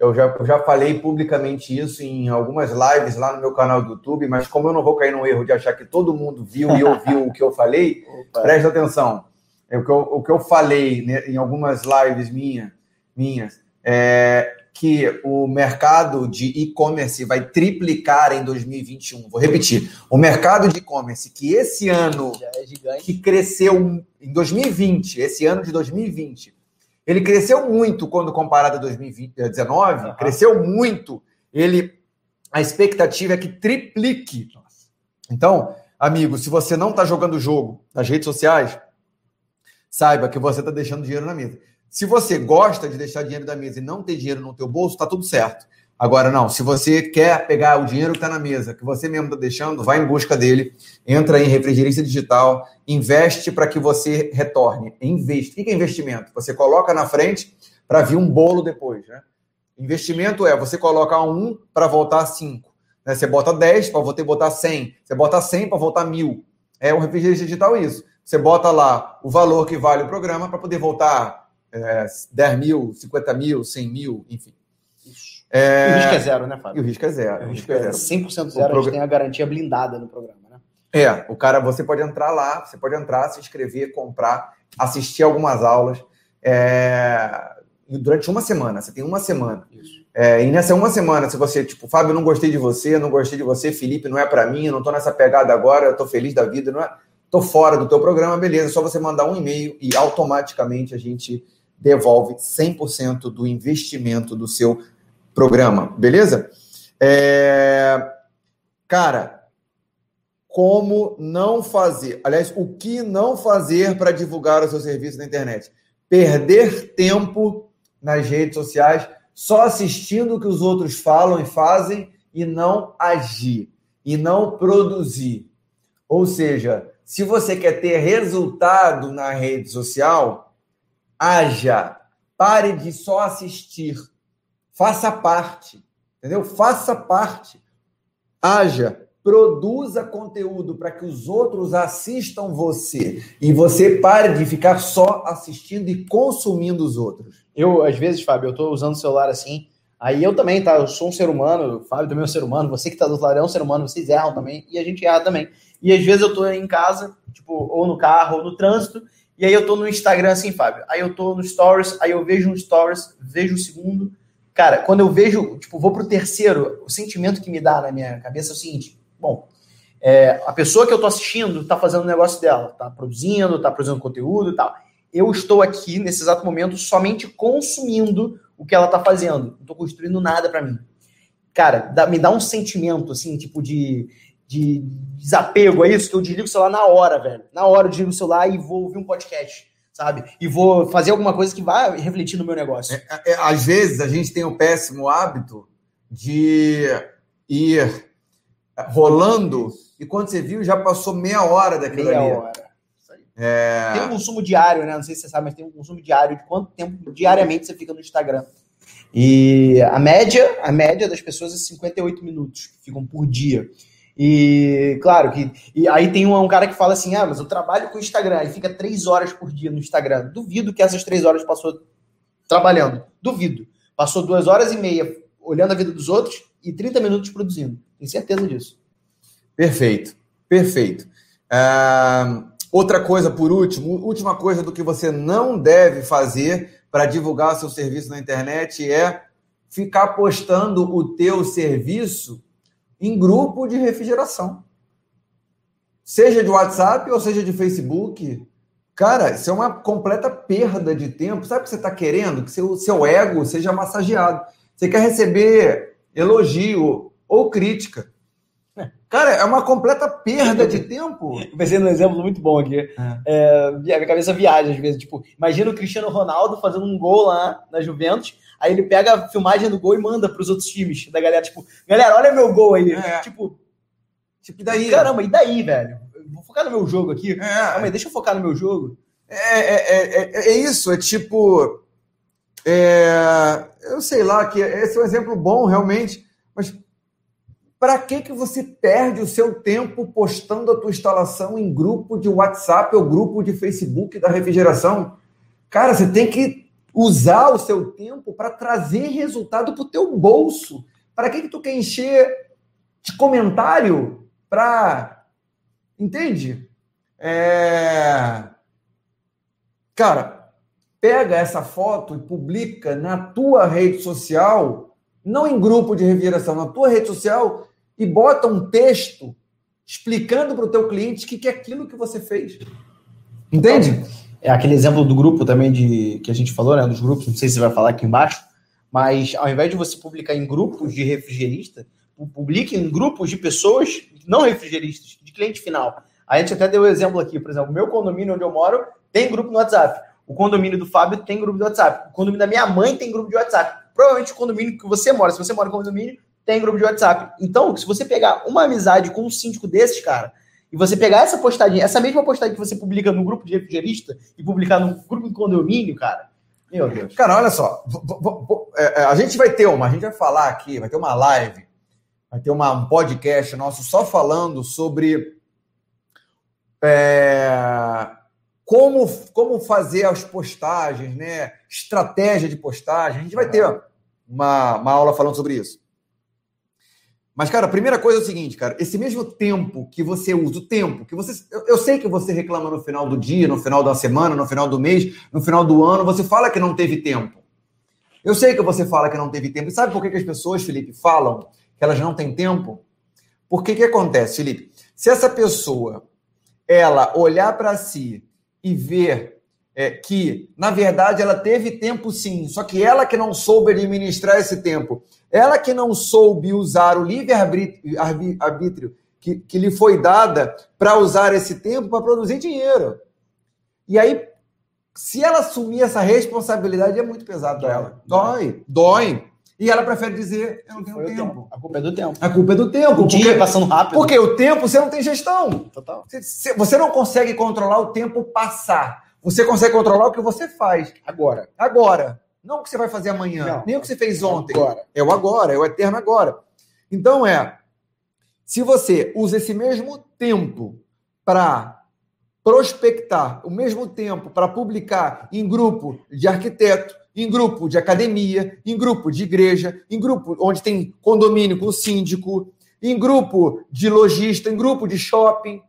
Eu já, eu já falei publicamente isso em algumas lives lá no meu canal do YouTube, mas como eu não vou cair no erro de achar que todo mundo viu e ouviu o que eu falei, Opa. Presta atenção. É o, que eu, o que eu falei, né, em algumas lives minha, minhas, é que o mercado de e-commerce vai triplicar em dois mil e vinte e um. Vou repetir. O mercado de e-commerce que esse ano, é gigante, que cresceu em dois mil e vinte, esse ano de dois mil e vinte, ele cresceu muito quando comparado a dois mil e dezenove, uhum. Cresceu muito. Ele, a expectativa é que triplique. Então, amigo, se você não está jogando o jogo nas redes sociais, saiba que você está deixando dinheiro na mesa. Se você gosta de deixar dinheiro na mesa e não ter dinheiro no teu bolso, está tudo certo. Agora, não. Se você quer pegar o dinheiro que está na mesa, que você mesmo está deixando, vai em busca dele, entra em Refrigerista Digital, investe para que você retorne. Investe. O que é investimento? Você coloca na frente para vir um bolo depois, né? Investimento é você colocar um para voltar cinco. Né? Você bota dez para você botar cem. Você bota cem para voltar mil. É o Refrigerista Digital isso. Você bota lá o valor que vale o programa para poder voltar é, dez mil, cinquenta mil, cem mil, enfim. Isso. É... E o risco é zero, né, Fábio? E o risco é zero. O risco é zero. cem por cento zero, prog... a gente tem a garantia blindada no programa, né? É, o cara, você pode entrar lá, você pode entrar, se inscrever, comprar, assistir algumas aulas é... durante uma semana. Você tem uma semana. Isso. É, e nessa uma semana, se você, tipo, Fábio, eu não gostei de você, não gostei de você, Felipe, não é pra mim, eu não tô nessa pegada agora, eu tô feliz da vida, não é... tô fora do teu programa, beleza, é só você mandar um e-mail e automaticamente a gente devolve cem por cento do investimento do seu programa, beleza? É... Cara, como não fazer, aliás, o que não fazer para divulgar o seu serviço na internet? Perder tempo nas redes sociais só assistindo o que os outros falam e fazem e não agir, e não produzir. Ou seja, se você quer ter resultado na rede social, haja, pare de só assistir, faça parte, entendeu? Faça parte, haja, produza conteúdo para que os outros assistam você e você pare de ficar só assistindo e consumindo os outros. Eu, às vezes, Fábio, eu estou usando o celular assim, aí eu também, tá? Eu sou um ser humano, o Fábio também é um ser humano, você que está do outro lado é um ser humano, vocês erram também, e a gente erra também. E às vezes eu tô em casa, tipo, ou no carro, ou no trânsito, e aí eu tô no Instagram assim, Fábio. Aí eu tô no Stories, aí eu vejo um Stories, vejo um segundo. Cara, quando eu vejo, tipo, vou pro terceiro, o sentimento que me dá na minha cabeça é o seguinte, bom, é, a pessoa que eu tô assistindo tá fazendo o negócio dela, tá produzindo, tá produzindo conteúdo e tal. Eu estou aqui, nesse exato momento, somente consumindo o que ela tá fazendo. Não tô construindo nada pra mim. Cara, dá, me dá um sentimento, assim, tipo de... de desapego a isso, que eu desligo o celular na hora, velho. Na hora eu desligo o celular e vou ouvir um podcast, sabe? E vou fazer alguma coisa que vai refletir no meu negócio. É, é, às vezes a gente tem o péssimo hábito de ir rolando e quando você viu já passou meia hora daquilo meia ali. Meia hora. Isso aí. É... Tem um consumo diário, né? Não sei se você sabe, mas tem um consumo diário de quanto tempo diariamente você fica no Instagram. E a média, a média das pessoas é cinquenta e oito minutos que ficam por dia. E, claro, que e aí tem um, um cara que fala assim, ah, mas eu trabalho com o Instagram, e fica três horas por dia no Instagram. Duvido que essas três horas passou trabalhando. Duvido. Passou duas horas e meia olhando a vida dos outros e trinta minutos produzindo. Tenho certeza disso. Perfeito, perfeito. Uh, outra coisa, por último, última coisa do que você não deve fazer para divulgar seu serviço na internet é ficar postando o teu serviço em grupo de refrigeração. Seja de WhatsApp ou seja de Facebook. Cara, isso é uma completa perda de tempo. Sabe o que você está querendo? Que seu, seu ego seja massageado. Você quer receber elogio ou crítica. Cara, é uma completa perda de tempo. Eu pensei num exemplo muito bom aqui. É. É, a minha cabeça viaja às vezes. Tipo, imagina o Cristiano Ronaldo fazendo um gol lá na Juventus. Aí ele pega a filmagem do gol e manda para os outros times da galera. Tipo, galera, olha meu gol aí. É. Tipo, tipo, e daí? Caramba, e daí, velho? Eu vou focar no meu jogo aqui. É. Calma aí, deixa eu focar no meu jogo. É, é, é, é isso, é tipo... É, eu sei lá, que esse é um exemplo bom, realmente, mas para que, que você perde o seu tempo postando a tua instalação em grupo de WhatsApp ou grupo de Facebook da refrigeração? Cara, você tem que usar o seu tempo para trazer resultado para o teu bolso. Para que, que tu quer encher de comentário para... Entende? É... Cara, pega essa foto e publica na tua rede social, não em grupo de refrigeração, na tua rede social, e bota um texto explicando para o teu cliente o que, que é aquilo que você fez. Entende? É aquele exemplo do grupo também de, que a gente falou, né? Dos grupos, não sei se você vai falar aqui embaixo, mas ao invés de você publicar em grupos de refrigerista, publique em grupos de pessoas não refrigeristas, de cliente final. A gente até deu o exemplo aqui, por exemplo, o meu condomínio onde eu moro tem grupo no WhatsApp. O condomínio do Fábio tem grupo de WhatsApp. O condomínio da minha mãe tem grupo de WhatsApp. Provavelmente o condomínio que você mora, se você mora em condomínio, tem grupo de WhatsApp. Então, se você pegar uma amizade com um síndico desses, cara, e você pegar essa postagem, essa mesma postagem que você publica no grupo de refrigerista e publicar no grupo de condomínio, cara, meu Deus. Cara, olha só, a gente vai ter uma, a gente vai falar aqui, vai ter uma live, vai ter uma, um podcast nosso só falando sobre é, como, como fazer as postagens, né? Estratégia de postagem. A gente vai ter uma, uma aula falando sobre isso. Mas, cara, a primeira coisa é o seguinte, cara, esse mesmo tempo que você usa, o tempo que você... Eu, eu sei que você reclama no final do dia, no final da semana, no final do mês, no final do ano, você fala que não teve tempo. Eu sei que você fala que não teve tempo. E sabe por que, que as pessoas, Felipe, falam que elas não têm tempo? Porque que acontece, Felipe? Se essa pessoa, ela olhar para si e ver é, que, na verdade, ela teve tempo sim, só que ela que não soube administrar esse tempo, ela que não soube usar o livre-arbítrio que, que lhe foi dada para usar esse tempo para produzir dinheiro. E aí, se ela assumir essa responsabilidade, é muito pesado para ela. Dói, dói. E ela prefere dizer, eu não tenho tempo. tempo. A culpa é do tempo. A culpa é do tempo. O dia porque, passando rápido. Porque o tempo, você não tem gestão. Total. Você, você não consegue controlar o tempo passar. Você consegue controlar o que você faz. Agora. Agora. Não o que você vai fazer amanhã, não, nem o que você fez ontem. Agora. É o agora, é o eterno agora. Então é, se você usa esse mesmo tempo para prospectar, o mesmo tempo para publicar em grupo de arquiteto, em grupo de academia, em grupo de igreja, em grupo onde tem condomínio com síndico, em grupo de lojista, em grupo de shopping,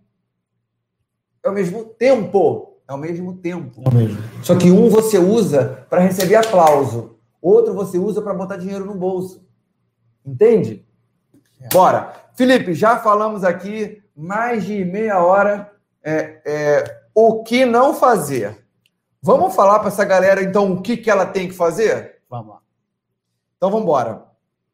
é o mesmo tempo. É o mesmo tempo. É o mesmo. Só que um você usa para receber aplauso, outro você usa para botar dinheiro no bolso. Entende? É. Bora. Felipe, já falamos aqui mais de meia hora é, é, o que não fazer. Vamos falar para essa galera, então, o que, que ela tem que fazer? Vamos lá. Então, vamos embora.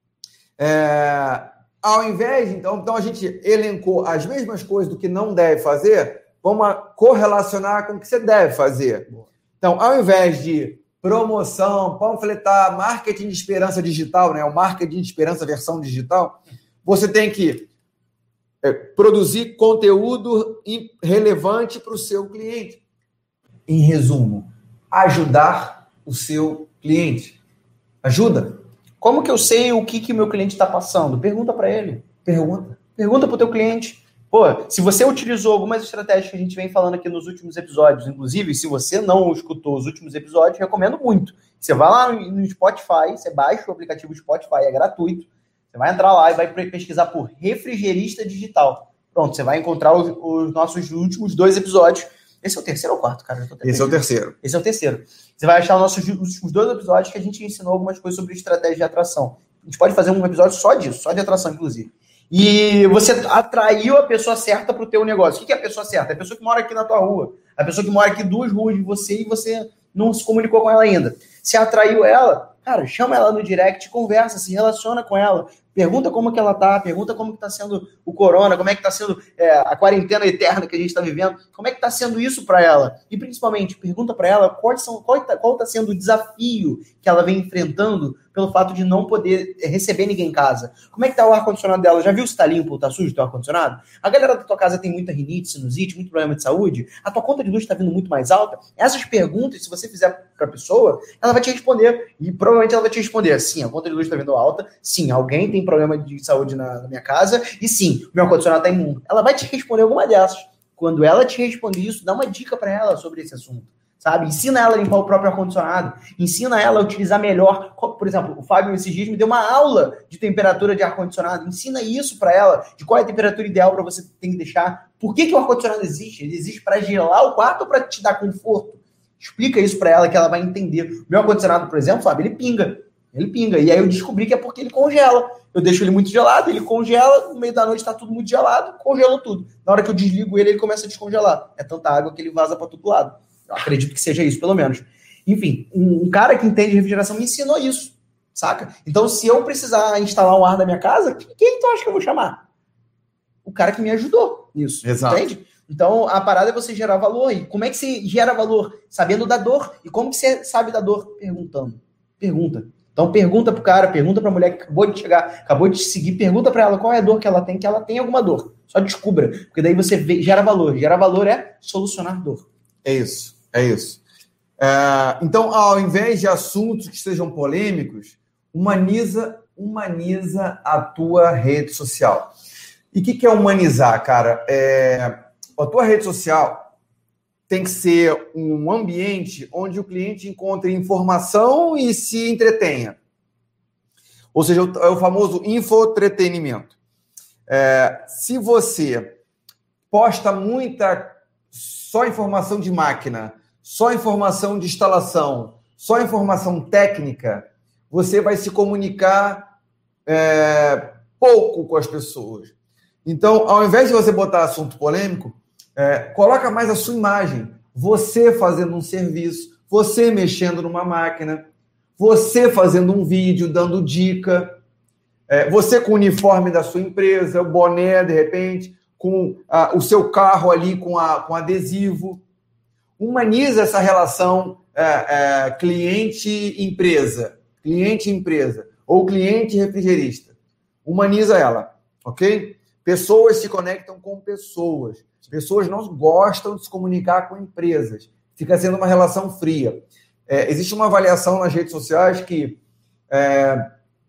É, ao invés, então, então, a gente elencou as mesmas coisas do que não deve fazer. Vamos correlacionar com o que você deve fazer. Então, ao invés de promoção, panfletar, marketing de esperança digital, né? O marketing de esperança versão digital, você tem que é, produzir conteúdo relevante para o seu cliente. Em resumo, ajudar o seu cliente. Ajuda. Como que eu sei o que que meu cliente está passando? Pergunta para ele. Pergunta. Pergunta para o teu cliente. Pô, se você utilizou algumas estratégias que a gente vem falando aqui nos últimos episódios, inclusive, se você não escutou os últimos episódios, recomendo muito. Você vai lá no Spotify, você baixa o aplicativo Spotify, é gratuito. Você vai entrar lá e vai pesquisar por refrigerista digital. Pronto, você vai encontrar os, os nossos últimos dois episódios. Esse é o terceiro ou quarto, cara? Esse é o terceiro. Esse é o terceiro. Você vai achar os nossos últimos dois episódios que a gente ensinou algumas coisas sobre estratégia de atração. A gente pode fazer um episódio só disso, só de atração, inclusive. E você atraiu a pessoa certa para o teu negócio. O que é a pessoa certa? É a pessoa que mora aqui na tua rua. A pessoa que mora aqui duas ruas de você e você não se comunicou com ela ainda. Se atraiu ela, cara, chama ela no direct, conversa, se relaciona com ela. Pergunta como que ela tá, pergunta como que tá sendo o corona, como é que tá sendo é, a quarentena eterna que a gente está vivendo, como é que tá sendo isso para ela. E principalmente, pergunta para ela qual, são, qual, tá, qual tá sendo o desafio que ela vem enfrentando pelo fato de não poder receber ninguém em casa. Como é que tá o ar-condicionado dela? Já viu se tá limpo ou tá sujo o teu ar-condicionado? A galera da tua casa tem muita rinite, sinusite, muito problema de saúde? A tua conta de luz tá vindo muito mais alta? Essas perguntas, se você fizer pra pessoa, ela vai te responder. E provavelmente ela vai te responder, sim, a conta de luz tá vindo alta, sim, alguém tem problema de saúde na, na minha casa, e sim, o meu ar-condicionado tá imundo. Ela vai te responder alguma dessas. Quando ela te responder isso, dá uma dica pra ela sobre esse assunto. sabe? Ensina ela a limpar o próprio ar-condicionado, ensina ela a utilizar melhor. Por exemplo, o Fábio esses dias me deu uma aula de temperatura de ar-condicionado. Ensina isso para ela, de qual é a temperatura ideal para você ter que deixar. Por que, que o ar-condicionado existe? Ele existe para gelar o quarto ou para te dar conforto? Explica isso para ela que ela vai entender. O meu ar-condicionado, por exemplo, Fábio, ele pinga. Ele pinga. E aí eu descobri que é porque ele congela. Eu deixo ele muito gelado, ele congela, no meio da noite está tudo muito gelado, congelou tudo. Na hora que eu desligo ele, ele começa a descongelar. É tanta água que ele vaza para todo lado. Eu acredito que seja isso, pelo menos. Enfim, um, um cara que entende refrigeração me ensinou isso, saca? Então, se eu precisar instalar um ar na minha casa, quem tu acha que eu vou chamar? O cara que me ajudou nisso, Exato. Entende? Então, a parada é você gerar valor. E como é que você gera valor? Sabendo da dor. E como que você sabe da dor? Perguntando. Pergunta. Então, pergunta pro cara, pergunta pra mulher que acabou de chegar, acabou de te seguir, pergunta pra ela qual é a dor que ela tem, que ela tem alguma dor. Só descubra. Porque daí você vê, gera valor. Gera valor é solucionar dor. É isso, é isso. É, então, ao invés de assuntos que sejam polêmicos, humaniza, humaniza a tua rede social. E o que, que é humanizar, cara? É, a tua rede social tem que ser um ambiente onde o cliente encontre informação e se entretenha. Ou seja, é o famoso infotretenimento. É, se você posta muita só informação de máquina, só informação de instalação, só informação técnica, você vai se comunicar é, pouco com as pessoas. Então, ao invés de você botar assunto polêmico, É, coloca mais a sua imagem, você fazendo um serviço, você mexendo numa máquina, você fazendo um vídeo, dando dica, é, você com o uniforme da sua empresa, o boné, de repente, com a, o seu carro ali com, a, com adesivo. Humaniza essa relação é, é, cliente-empresa, cliente-empresa, ou cliente-refrigerista. Humaniza ela, ok? Pessoas se conectam com pessoas. Pessoas não gostam de se comunicar com empresas. Fica sendo uma relação fria. É, existe uma avaliação nas redes sociais que é,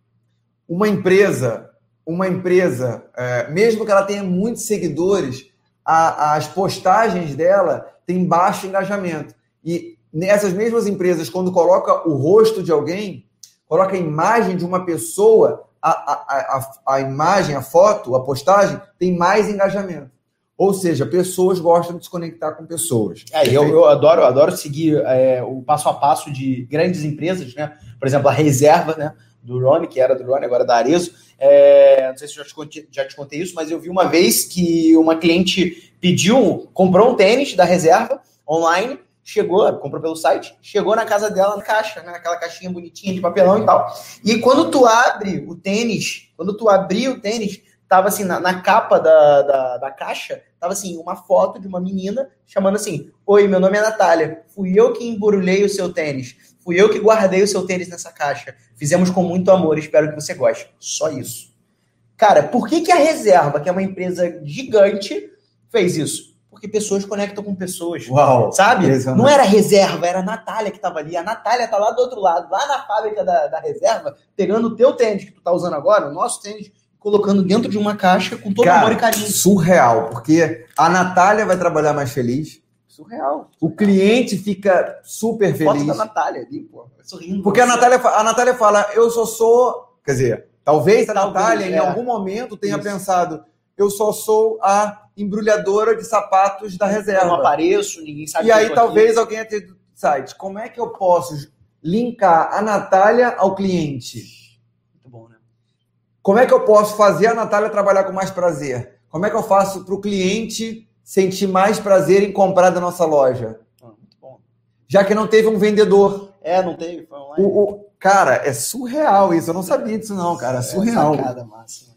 uma empresa, uma empresa, é, mesmo que ela tenha muitos seguidores, a, as postagens dela têm baixo engajamento. E nessas mesmas empresas, quando coloca o rosto de alguém, coloca a imagem de uma pessoa, a, a, a, a imagem, a foto, a postagem, tem mais engajamento. Ou seja, pessoas gostam de se conectar com pessoas. É, eu, eu adoro, eu adoro seguir é, o passo a passo de grandes empresas, né? Por exemplo, a Reserva, né? Do Rony, que era do Rony, agora da Arezzo. É, não sei se eu já te, contei, já te contei isso, mas eu vi uma vez que uma cliente pediu, comprou um tênis da Reserva online, chegou, comprou pelo site, chegou na casa dela na caixa, né? Aquela caixinha bonitinha de papelão e tal. E quando tu abre o tênis, quando tu abrir o tênis, tava assim, na, na capa da, da, da caixa, tava assim, uma foto de uma menina chamando assim: oi, meu nome é Natália, fui eu que embrulhei o seu tênis, fui eu que guardei o seu tênis nessa caixa, fizemos com muito amor, espero que você goste. Só isso. Cara, por que que a Reserva, que é uma empresa gigante, fez isso? Porque pessoas conectam com pessoas. Uau, sabe? Não era a Reserva, era a Natália que tava ali. A Natália tá lá do outro lado, lá na fábrica da, da Reserva, pegando o teu tênis que tu tá usando agora, o nosso tênis, colocando dentro de uma caixa com todo Cara, amor e carinho. Surreal, porque a Natália vai trabalhar mais feliz. Surreal. O cliente fica super feliz. Foto da Natália ali, pô, sorrindo. Porque a Natália, a Natália fala, eu só sou... Quer dizer, talvez a Talvez, Natália, é. em algum momento, tenha Isso. pensado, eu só sou a embrulhadora de sapatos da Reserva. Eu não apareço, ninguém sabe. E que eu aí tô talvez aqui. alguém tenha tido site. Como é que eu posso linkar a Natália ao cliente? Muito bom, né? Como é que eu posso fazer a Natália trabalhar com mais prazer? Como é que eu faço para o cliente sentir mais prazer em comprar da nossa loja? Ah, muito bom. Já que não teve um vendedor. É, não teve, foi online. O, o, cara, é surreal isso. Eu não sabia disso não, cara. É surreal. É sacada máxima.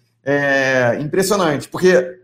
É impressionante. Porque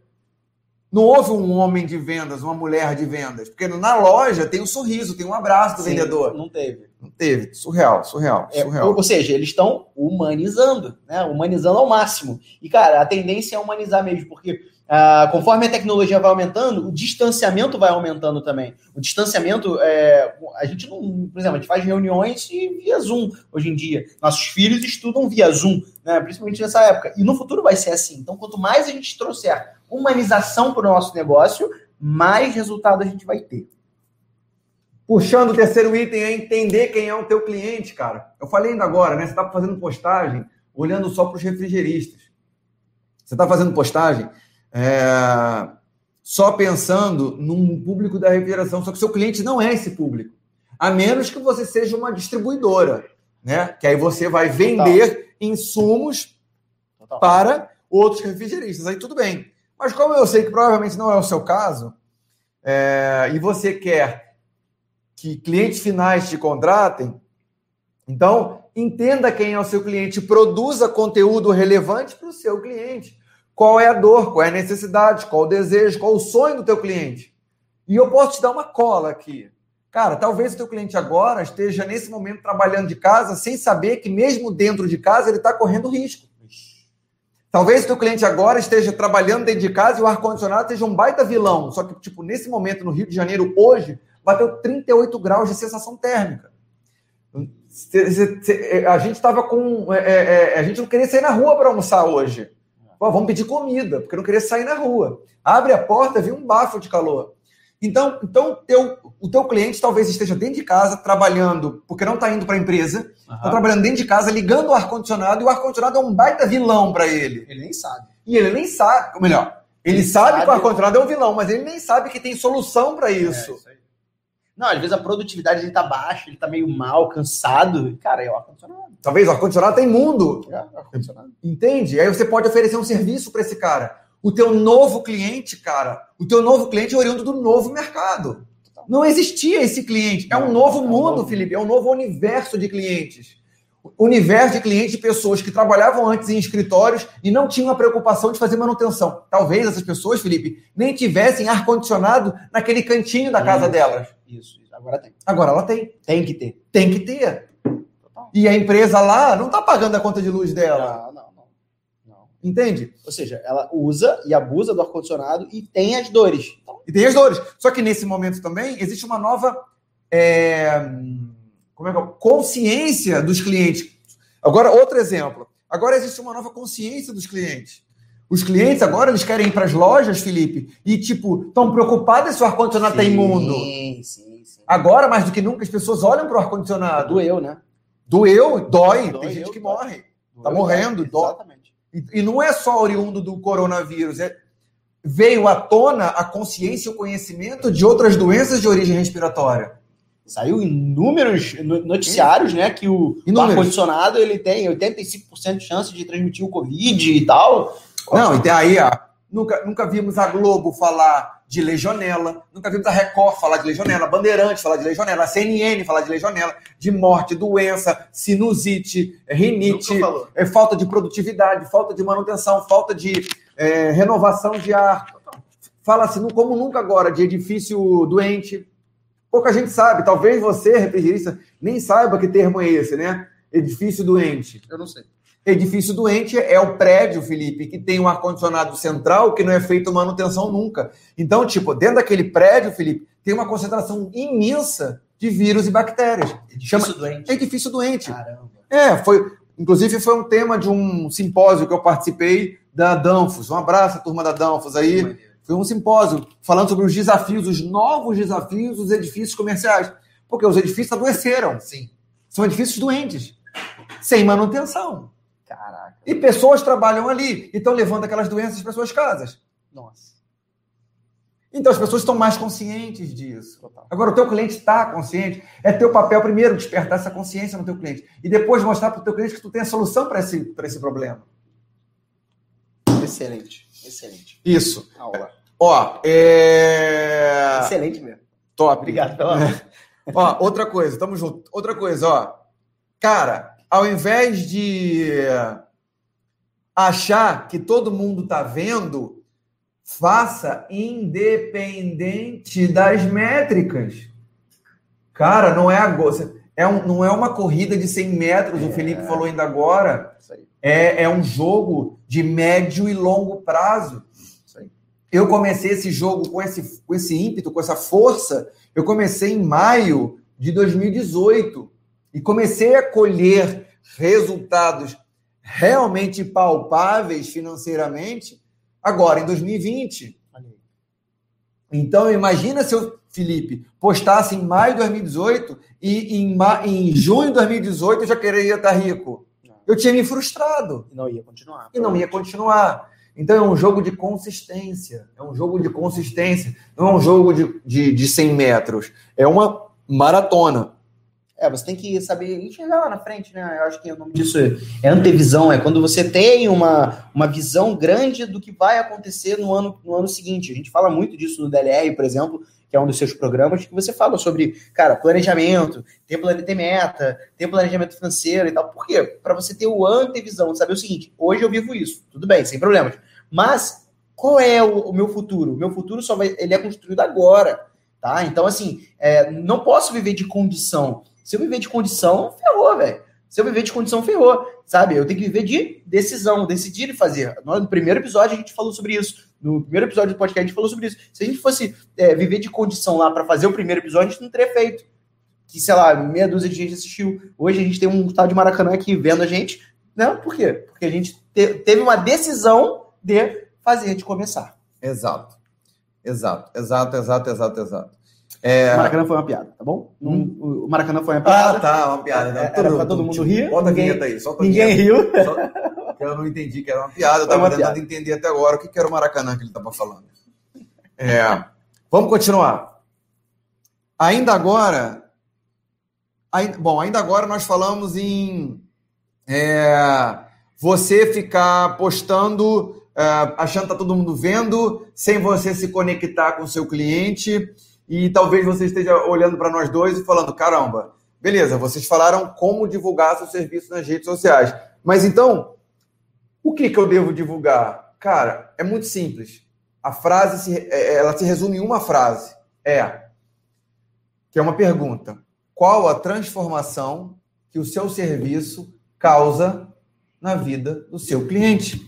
não houve um homem de vendas, uma mulher de vendas. Porque na loja tem um sorriso, tem um abraço do Sim, vendedor. Não teve. Não teve. Surreal, surreal, É, surreal. ou, ou seja, eles estão humanizando, né? Humanizando ao máximo. E, cara, a tendência é humanizar mesmo, porque ah, conforme a tecnologia vai aumentando, o distanciamento vai aumentando também. O distanciamento, é, a gente não... Por exemplo, a gente faz reuniões via Zoom hoje em dia. Nossos filhos estudam via Zoom, né? Principalmente nessa época. E no futuro vai ser assim. Então, quanto mais a gente trouxer humanização para o nosso negócio, mais resultado a gente vai ter. Puxando o terceiro item é entender quem é o teu cliente, cara. Eu falei ainda agora, né? Você está fazendo postagem olhando só para os refrigeristas. Você está fazendo postagem é, só pensando num público da refrigeração, só que o seu cliente não é esse público. A menos que você seja uma distribuidora, né? Que aí você vai vender Total. insumos Total. para outros refrigeristas. Aí tudo bem. Mas como eu sei que provavelmente não é o seu caso, é, e você quer que clientes finais te contratem, então entenda quem é o seu cliente, produza conteúdo relevante para o seu cliente. Qual é a dor, qual é a necessidade, qual o desejo, qual o sonho do teu cliente. E eu posso te dar uma cola aqui. Cara, talvez o teu cliente agora esteja nesse momento trabalhando de casa sem saber que mesmo dentro de casa ele está correndo risco. Talvez o teu cliente agora esteja trabalhando dentro de casa e o ar-condicionado seja um baita vilão. Só que, tipo, nesse momento no Rio de Janeiro, hoje, bateu trinta e oito graus de sensação térmica. A gente estava com... É, é, a gente não queria sair na rua para almoçar hoje. Pô, vamos pedir comida, porque eu não queria sair na rua. Abre a porta, vem um bafo de calor. Então, então teu, o teu cliente talvez esteja dentro de casa, trabalhando, porque não está indo para a empresa, está uhum. trabalhando dentro de casa, ligando o ar-condicionado, e o ar-condicionado é um baita vilão para ele. Ele nem sabe. E ele nem sabe, ou melhor, ele, ele sabe, sabe que o ar-condicionado é um vilão, mas ele nem sabe que tem solução para isso. É, isso aí. Não, às vezes a produtividade dele tá baixa, ele tá meio mal, cansado. Cara, é o ar-condicionado. Talvez o ar-condicionado tem mundo. É, ar-condicionado. Entende? Aí você pode oferecer um serviço para esse cara. O teu novo cliente, cara, o teu novo cliente é oriundo do novo mercado. Não existia esse cliente. É um novo mundo, Felipe. É um novo universo de clientes. Universo de clientes de pessoas que trabalhavam antes em escritórios e não tinham a preocupação de fazer manutenção. Talvez essas pessoas, Felipe, nem tivessem ar-condicionado naquele cantinho da casa isso, delas. Isso, isso. Agora tem. Agora ela tem. Tem que ter. Tem que ter. Total. E a empresa lá não está pagando a conta de luz dela. Não, não. Entende? Ou seja, ela usa e abusa do ar-condicionado e tem as dores. E tem as dores. Só que nesse momento também existe uma nova é, como é que é? consciência dos clientes. Agora, outro exemplo. Agora existe uma nova consciência dos clientes. Os clientes agora eles querem ir para as lojas, Felipe, e tipo, estão preocupados se o ar-condicionado está imundo. Sim, sim, sim. Agora, mais do que nunca, as pessoas olham para o ar-condicionado. Doeu, né? Doeu, dói. Doeu, tem gente que dói. morre. Está morrendo, dói. Exatamente. E não é só oriundo do coronavírus, é... veio à tona a consciência e o conhecimento de outras doenças de origem respiratória. Saiu inúmeros noticiários, né, que o, o ar-condicionado ele tem oitenta e cinco por cento de chance de transmitir o Covid e tal. Não, e aí, ó, nunca, nunca vimos a Globo falar de legionela, nunca vimos a Record falar de legionela, a Bandeirantes falar de legionela, a C N N falar de legionela, de morte, doença, sinusite, rinite, é, falta de produtividade, falta de manutenção, falta de é, renovação de ar. Fala-se como nunca agora de edifício doente. Pouca gente sabe, talvez você, refrigerista, nem saiba que termo é esse, né? Edifício doente. Eu não sei. Edifício doente é o prédio, Felipe, que tem um ar-condicionado central que não é feito manutenção nunca. Então, tipo, dentro daquele prédio, Felipe, tem uma concentração imensa de vírus e bactérias. Edifício Chama... doente. Edifício doente. Caramba. É, foi... Inclusive, foi um tema de um simpósio que eu participei da Danfos. Um abraço, turma da Danfos aí. Foi um simpósio falando sobre os desafios, os novos desafios dos edifícios comerciais. Porque os edifícios adoeceram. Sim. São edifícios doentes. Sem manutenção. Caraca. E pessoas trabalham ali e estão levando aquelas doenças para suas casas. Nossa. Então as pessoas estão mais conscientes disso. Total. Agora, o teu cliente está consciente. É teu papel, primeiro, despertar essa consciência no teu cliente. E depois mostrar para o teu cliente que tu tem a solução para esse, para esse problema. Excelente. Excelente. Isso. Aula. Ó, é... Excelente mesmo. Top. Obrigado. Ó, outra coisa, tamo junto. Outra coisa, ó. Cara, ao invés de achar que todo mundo tá vendo, faça independente das métricas. Cara, não é agora. É um, não é uma corrida de cem metros, é, o Felipe falou ainda agora. Isso aí. É, é um jogo de médio e longo prazo. Isso aí. Eu comecei esse jogo com esse, com esse ímpeto, com essa força. Eu comecei em maio de dois mil e dezoito e comecei a colher resultados realmente palpáveis financeiramente agora, em dois mil e vinte. Então, imagina se eu Felipe, postasse em maio de dois mil e dezoito e em, ma... em junho de dois mil e dezoito eu já queria estar rico. Eu tinha me frustrado. E não ia continuar. E não ia continuar. Então é um jogo de consistência. É um jogo de consistência. Não é um jogo de, de, de cem metros. É uma maratona. É, você tem que saber enxergar lá na frente, né? Eu acho que o nome disso é antevisão, é quando você tem uma, uma visão grande do que vai acontecer no ano, no ano seguinte. A gente fala muito disso no D L R, por exemplo, que é um dos seus programas, que você fala sobre, cara, planejamento, ter, plane... ter meta, ter planejamento financeiro e tal. Por quê? Para você ter o antevisão, saber o seguinte, hoje eu vivo isso, tudo bem, sem problemas. Mas qual é o, o meu futuro? O meu futuro só vai, ele é construído agora, tá? Então, assim, é, não posso viver de condição. Se eu viver de condição, ferrou, velho. Se eu viver de condição, ferrou, sabe? Eu tenho que viver de decisão, decidir e fazer. No primeiro episódio a gente falou sobre isso. No primeiro episódio do podcast a gente falou sobre isso. Se a gente fosse é, viver de condição lá para fazer o primeiro episódio, a gente não teria feito. Que, sei lá, meia dúzia de gente assistiu. Hoje a gente tem um tal de Maracanã aqui vendo a gente. Não, por quê? Porque a gente te- teve uma decisão de fazer, de começar. Exato. Exato, exato, exato, exato, exato. É... O Maracanã foi uma piada, tá bom? Hum? O Maracanã foi uma piada. Ah, tá, uma piada. Não. É, era pra todo mundo rir. Bota ninguém, a vinheta aí. Solta a ninguém vinheta. riu. Só... Eu não entendi que era uma piada. Eu Foi tava uma tentando piada. entender até agora o que era o Maracanã que ele estava falando. É... Vamos continuar. Ainda agora... Ainda... Bom, ainda agora nós falamos em... É... Você ficar postando... Uh, achando que tá todo mundo vendo, sem você se conectar com o seu cliente, e talvez você esteja olhando para nós dois e falando, caramba, beleza, vocês falaram como divulgar seu serviço nas redes sociais, mas então, o que, que eu devo divulgar? Cara, é muito simples. A frase, se, ela se resume em uma frase, é, que é uma pergunta, qual a transformação que o seu serviço causa na vida do seu cliente?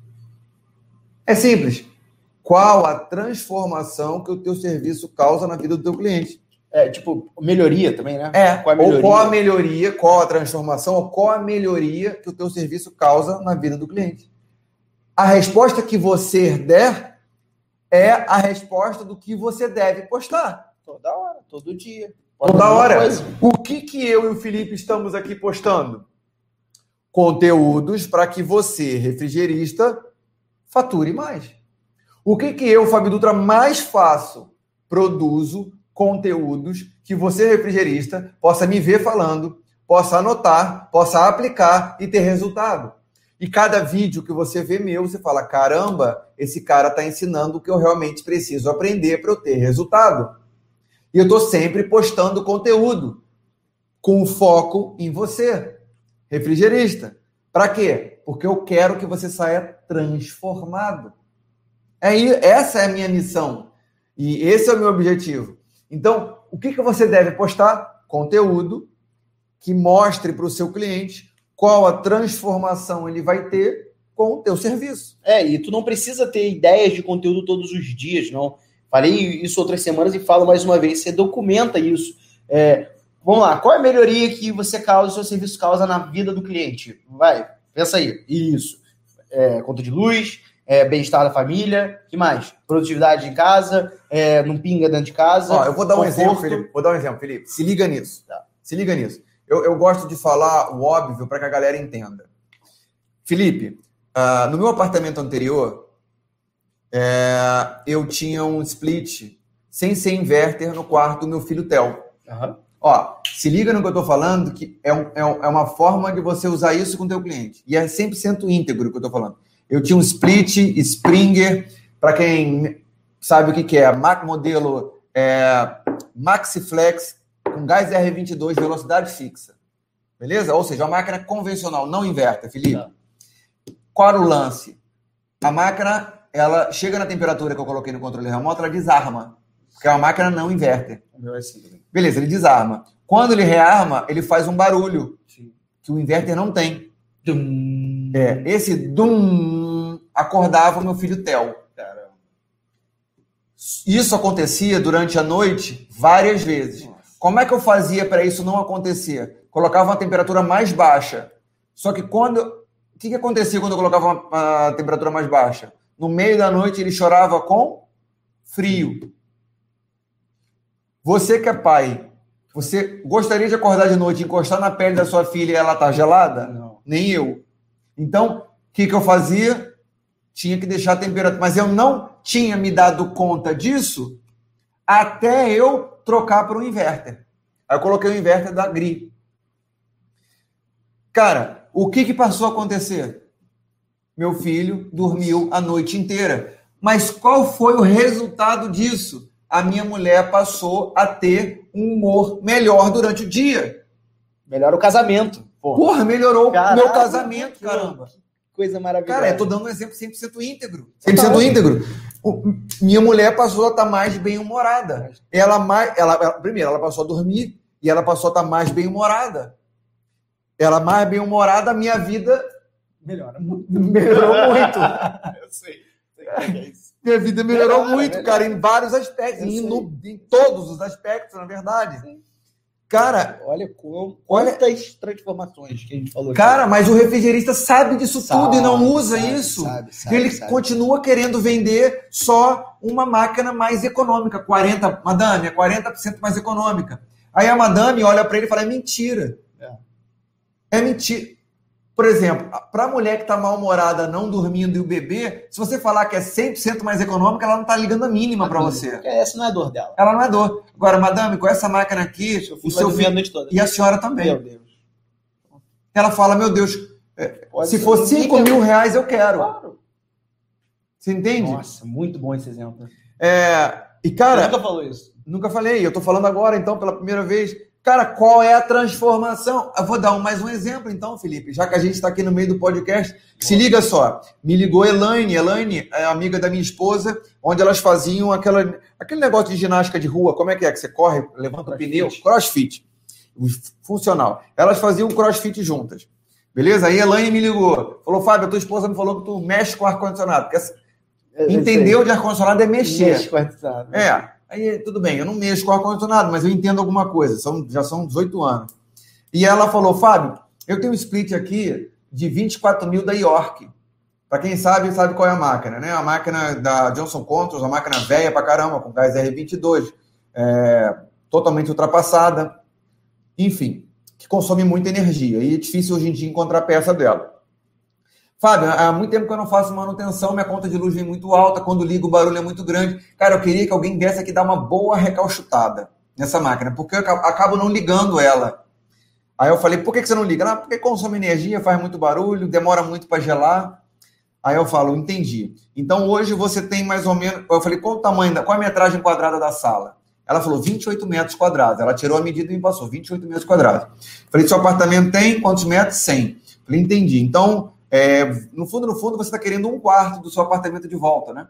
É simples. Qual a transformação que o teu serviço causa na vida do teu cliente? É, tipo, melhoria também, né? É, qual a melhoria? ou qual a melhoria, qual a transformação, ou qual a melhoria que o teu serviço causa na vida do cliente. A resposta que você der é a resposta do que você deve postar. Toda hora, todo dia. Toda hora. O que, que eu e o Felipe estamos aqui postando? Conteúdos para que você, refrigerista, fature mais. O que, que eu, Fábio Dutra, mais faço? Produzo conteúdos que você, refrigerista, possa me ver falando, possa anotar, possa aplicar e ter resultado. E cada vídeo que você vê meu, você fala, caramba, esse cara está ensinando o que eu realmente preciso aprender para eu ter resultado. E eu estou sempre postando conteúdo com foco em você, refrigerista. Para quê? Porque eu quero que você saia transformado. É, essa é a minha missão. E esse é o meu objetivo. Então, o que, que você deve postar? Conteúdo que mostre para o seu cliente qual a transformação ele vai ter com o teu serviço. É, e tu não precisa ter ideias de conteúdo todos os dias, não. Falei isso outras semanas e falo mais uma vez. Você documenta isso. É, vamos lá. Qual é a melhoria que você causa, o seu serviço causa na vida do cliente? Vai. Pensa aí. Isso. É, conta de luz, é, bem-estar da família, que mais? Produtividade em casa, é, não pinga dentro de casa. Ó, eu vou dar um conforto. exemplo, Felipe. Vou dar um exemplo, Felipe. Se liga nisso. Tá. Se liga nisso. Eu, eu gosto de falar o óbvio para que a galera entenda. Felipe, uh, no meu apartamento anterior, é, eu tinha um split sem ser inverter no quarto do meu filho Theo. Uhum. Ó, se liga no que eu estou falando, que é, um, é, um, é uma forma de você usar isso com o teu cliente. E é cem por cento íntegro o que eu estou falando. Eu tinha um split, Springer, para quem sabe o que, que é, Mac modelo é, MaxiFlex, com gás R vinte e dois, velocidade fixa. Beleza? Ou seja, uma máquina convencional, não inverter, Felipe. Não. Qual era o lance? A máquina, ela chega na temperatura que eu coloquei no controle remoto, ela desarma. Porque é uma máquina não inverter. Beleza, ele desarma. Quando ele rearma, ele faz um barulho que o inverter não tem. Dum. É, esse dum acordava o meu filho Theo. Caramba. Isso acontecia durante a noite várias vezes. Nossa. Como é que eu fazia para isso não acontecer? Colocava uma temperatura mais baixa. Só que quando... O que, que acontecia quando eu colocava uma, uma temperatura mais baixa? No meio da noite ele chorava com frio. Você que é pai, você gostaria de acordar de noite, encostar na pele da sua filha e ela tá gelada? Não. Nem eu. Então, o que, que eu fazia? Tinha que deixar a temperatura. Mas eu não tinha me dado conta disso até eu trocar para o inverter. Aí eu coloquei o inverter da Gri. Cara, o que, que passou a acontecer? Meu filho dormiu a noite inteira. Mas qual foi o resultado disso? A minha mulher passou a ter um humor melhor durante o dia. Melhora o casamento. Porra, Porra melhorou o Caraca, meu casamento, que caramba. coisa maravilhosa. Cara, eu tô dando um exemplo cem por cento íntegro. cem por cento íntegro. O, minha mulher passou a estar mais bem-humorada. Ela mais, ela, ela, primeiro, ela passou a dormir e ela passou a estar mais bem-humorada. Ela mais bem-humorada, a minha vida melhora melhorou muito. Eu sei. sei que é isso. Minha vida melhorou Melhora, muito, melhora. cara, em vários aspectos. Em, no, em todos os aspectos, na verdade. Sim. Cara, Olha como, olha- quantas transformações que a gente falou. cara, mas o refrigerista sabe disso Sabe, tudo e não usa sabe, isso. sabe, sabe, Ele sabe. continua querendo vender só uma máquina mais econômica, quarenta, madame, é quarenta por cento mais econômica. Aí a madame olha para ele e fala, é mentira. É. É mentira. Por exemplo, para a mulher que está mal-humorada, não dormindo e o bebê, se você falar que é cem por cento mais econômica, ela não está ligando a mínima para você. Porque essa não é a dor dela. Ela não é dor. Agora, madame, com essa máquina aqui, Seu o filho vai seu dormir a filho... noite toda. E a senhora também. Meu Deus. Ela fala, meu Deus, é, Pode se ser. for cinco mil reais, eu quero. Claro. Você entende? Nossa, muito bom esse exemplo. É, e, Você cara, nunca falou isso. nunca falei, eu tô falando agora, então, pela primeira vez. Cara, qual é a transformação? Eu vou dar um, mais um exemplo, então, Felipe, já que a gente está aqui no meio do podcast. Se liga só, me ligou Elaine, Elaine é amiga da minha esposa, onde elas faziam aquela, aquele negócio de ginástica de rua, como é que é? Que você corre, levanta o pneu? Crossfit. Funcional. Elas faziam crossfit juntas. Beleza? Aí a Elaine me ligou. Falou, Fábio, a tua esposa me falou que tu mexe com ar-condicionado. Porque entendeu de ar-condicionado é mexer. Mexe com ar-condicionado. É. Aí, tudo bem, eu não mexo com ar-condicionado, mas eu entendo alguma coisa. São, já são dezoito anos. E ela falou, Fábio, eu tenho um split aqui de vinte e quatro mil da York. Para quem sabe, sabe qual é a máquina, né? A máquina da Johnson Controls, a máquina velha pra caramba, com gás R vinte e dois. É, totalmente ultrapassada. Enfim, que consome muita energia. E é difícil hoje em dia encontrar peça dela. Fábio, há muito tempo que eu não faço manutenção, minha conta de luz vem muito alta, quando ligo o barulho é muito grande. Cara, eu queria que alguém desse aqui dar uma boa recalchutada nessa máquina, porque eu acabo não ligando ela. Aí eu falei, por que você não liga? Ah, porque consome energia, faz muito barulho, demora muito para gelar. Aí eu falo, entendi. Então hoje você tem mais ou menos... Eu falei, qual o tamanho, da... qual a metragem quadrada da sala? Ela falou, vinte e oito metros quadrados. Ela tirou a medida e me passou, vinte e oito metros quadrados. Falei, seu apartamento tem quantos metros? cem. Falei, entendi. Então... É, no fundo, no fundo, você está querendo um quarto do seu apartamento de volta, né?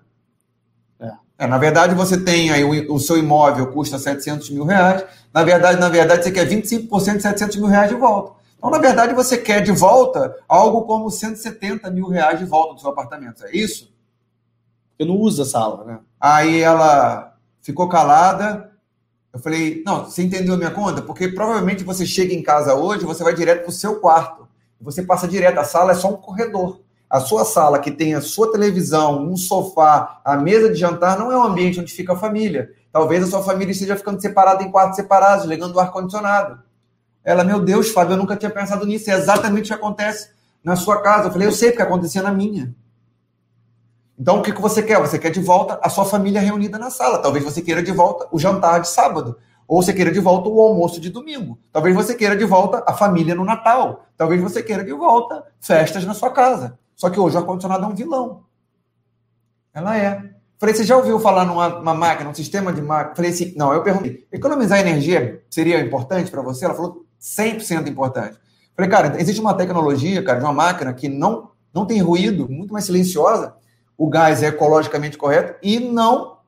É. É, na verdade, você tem aí o, o seu imóvel custa setecentos mil reais. Na verdade, na verdade, você quer vinte e cinco por cento de setecentos mil reais de volta. Então, na verdade, você quer de volta algo como cento e setenta mil reais de volta do seu apartamento. É isso? Eu não uso a sala, né? Aí ela ficou calada. Eu falei, não, você entendeu a minha conta? Porque provavelmente você chega em casa hoje, você vai direto para o seu quarto. Você passa direto, a sala é só um corredor. A sua sala, que tem a sua televisão, um sofá, a mesa de jantar, não é um ambiente onde fica a família. Talvez a sua família esteja ficando separada em quartos separados, ligando o ar-condicionado. Ela, meu Deus, Fábio, eu nunca tinha pensado nisso. É exatamente o que acontece na sua casa. Eu falei, eu sei, porque acontecia na minha. Então, o que você quer? Você quer de volta a sua família reunida na sala. Talvez você queira de volta o jantar de sábado. Ou você queira de volta o almoço de domingo. Talvez você queira de volta a família no Natal. Talvez você queira de volta festas na sua casa. Só que hoje o ar-condicionado é um vilão. Ela é. Falei, você já ouviu falar numa uma máquina, num sistema de máquina? Falei assim, não, eu perguntei, economizar energia seria importante para você? Ela falou, cem por cento importante. Falei, cara, existe uma tecnologia, cara, de uma máquina que não, não tem ruído, muito mais silenciosa, o gás é ecologicamente correto e não...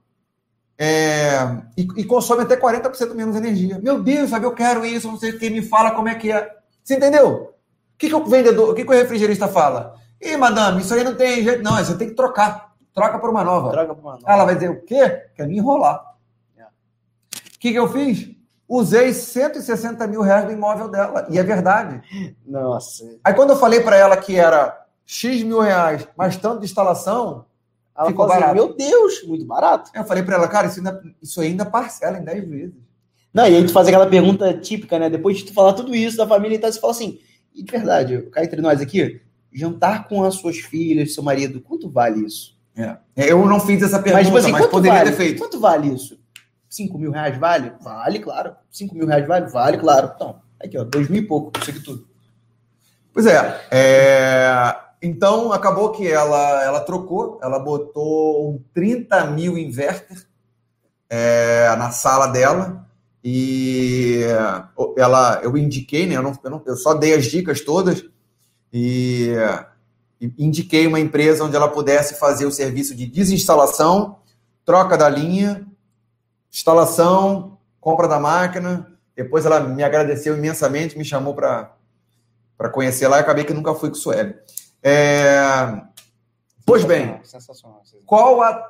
É, e, e consome até quarenta por cento menos energia. Meu Deus, sabe, eu quero isso, não sei o que, me fala como é que é. Você entendeu? O que, que o vendedor, o que, que o refrigerista fala? Ih, madame, isso aí não tem jeito, não, você tem que trocar. Troca por uma nova. Troca por uma nova. Ela vai dizer o quê? Quer me enrolar. O é. que, que eu fiz? Usei cento e sessenta mil reais do imóvel dela. E é verdade. Nossa. Aí quando eu falei para ela que era X mil reais, mais tanto de instalação... Ela ficou falou assim, barato. meu Deus, muito barato. Eu falei para ela, cara, isso ainda, isso ainda parcela em dez vezes. Não, e aí tu faz aquela pergunta típica, né? Depois de tu falar tudo isso da família e tal, você fala assim, e de verdade, cá entre nós aqui, jantar com as suas filhas, seu marido, quanto vale isso? É. Eu não fiz essa pergunta, mas, tipo assim, mas poderia vale, ter feito. Quanto vale isso? cinco mil reais vale? Vale, claro. cinco mil reais vale? Vale, claro. Então, aqui, ó, dois mil e pouco, isso aqui tudo. Pois é, é... Então, acabou que ela, ela trocou, ela botou um trinta mil inverter é, na sala dela e ela, eu indiquei, né? Eu, não, eu, não, eu só dei as dicas todas e, e indiquei uma empresa onde ela pudesse fazer o serviço de desinstalação, troca da linha, instalação, compra da máquina. Depois ela me agradeceu imensamente, me chamou para para conhecer lá e acabei que nunca fui com o Sueli. É... Pois bem, sensacional, sensacional. Qual a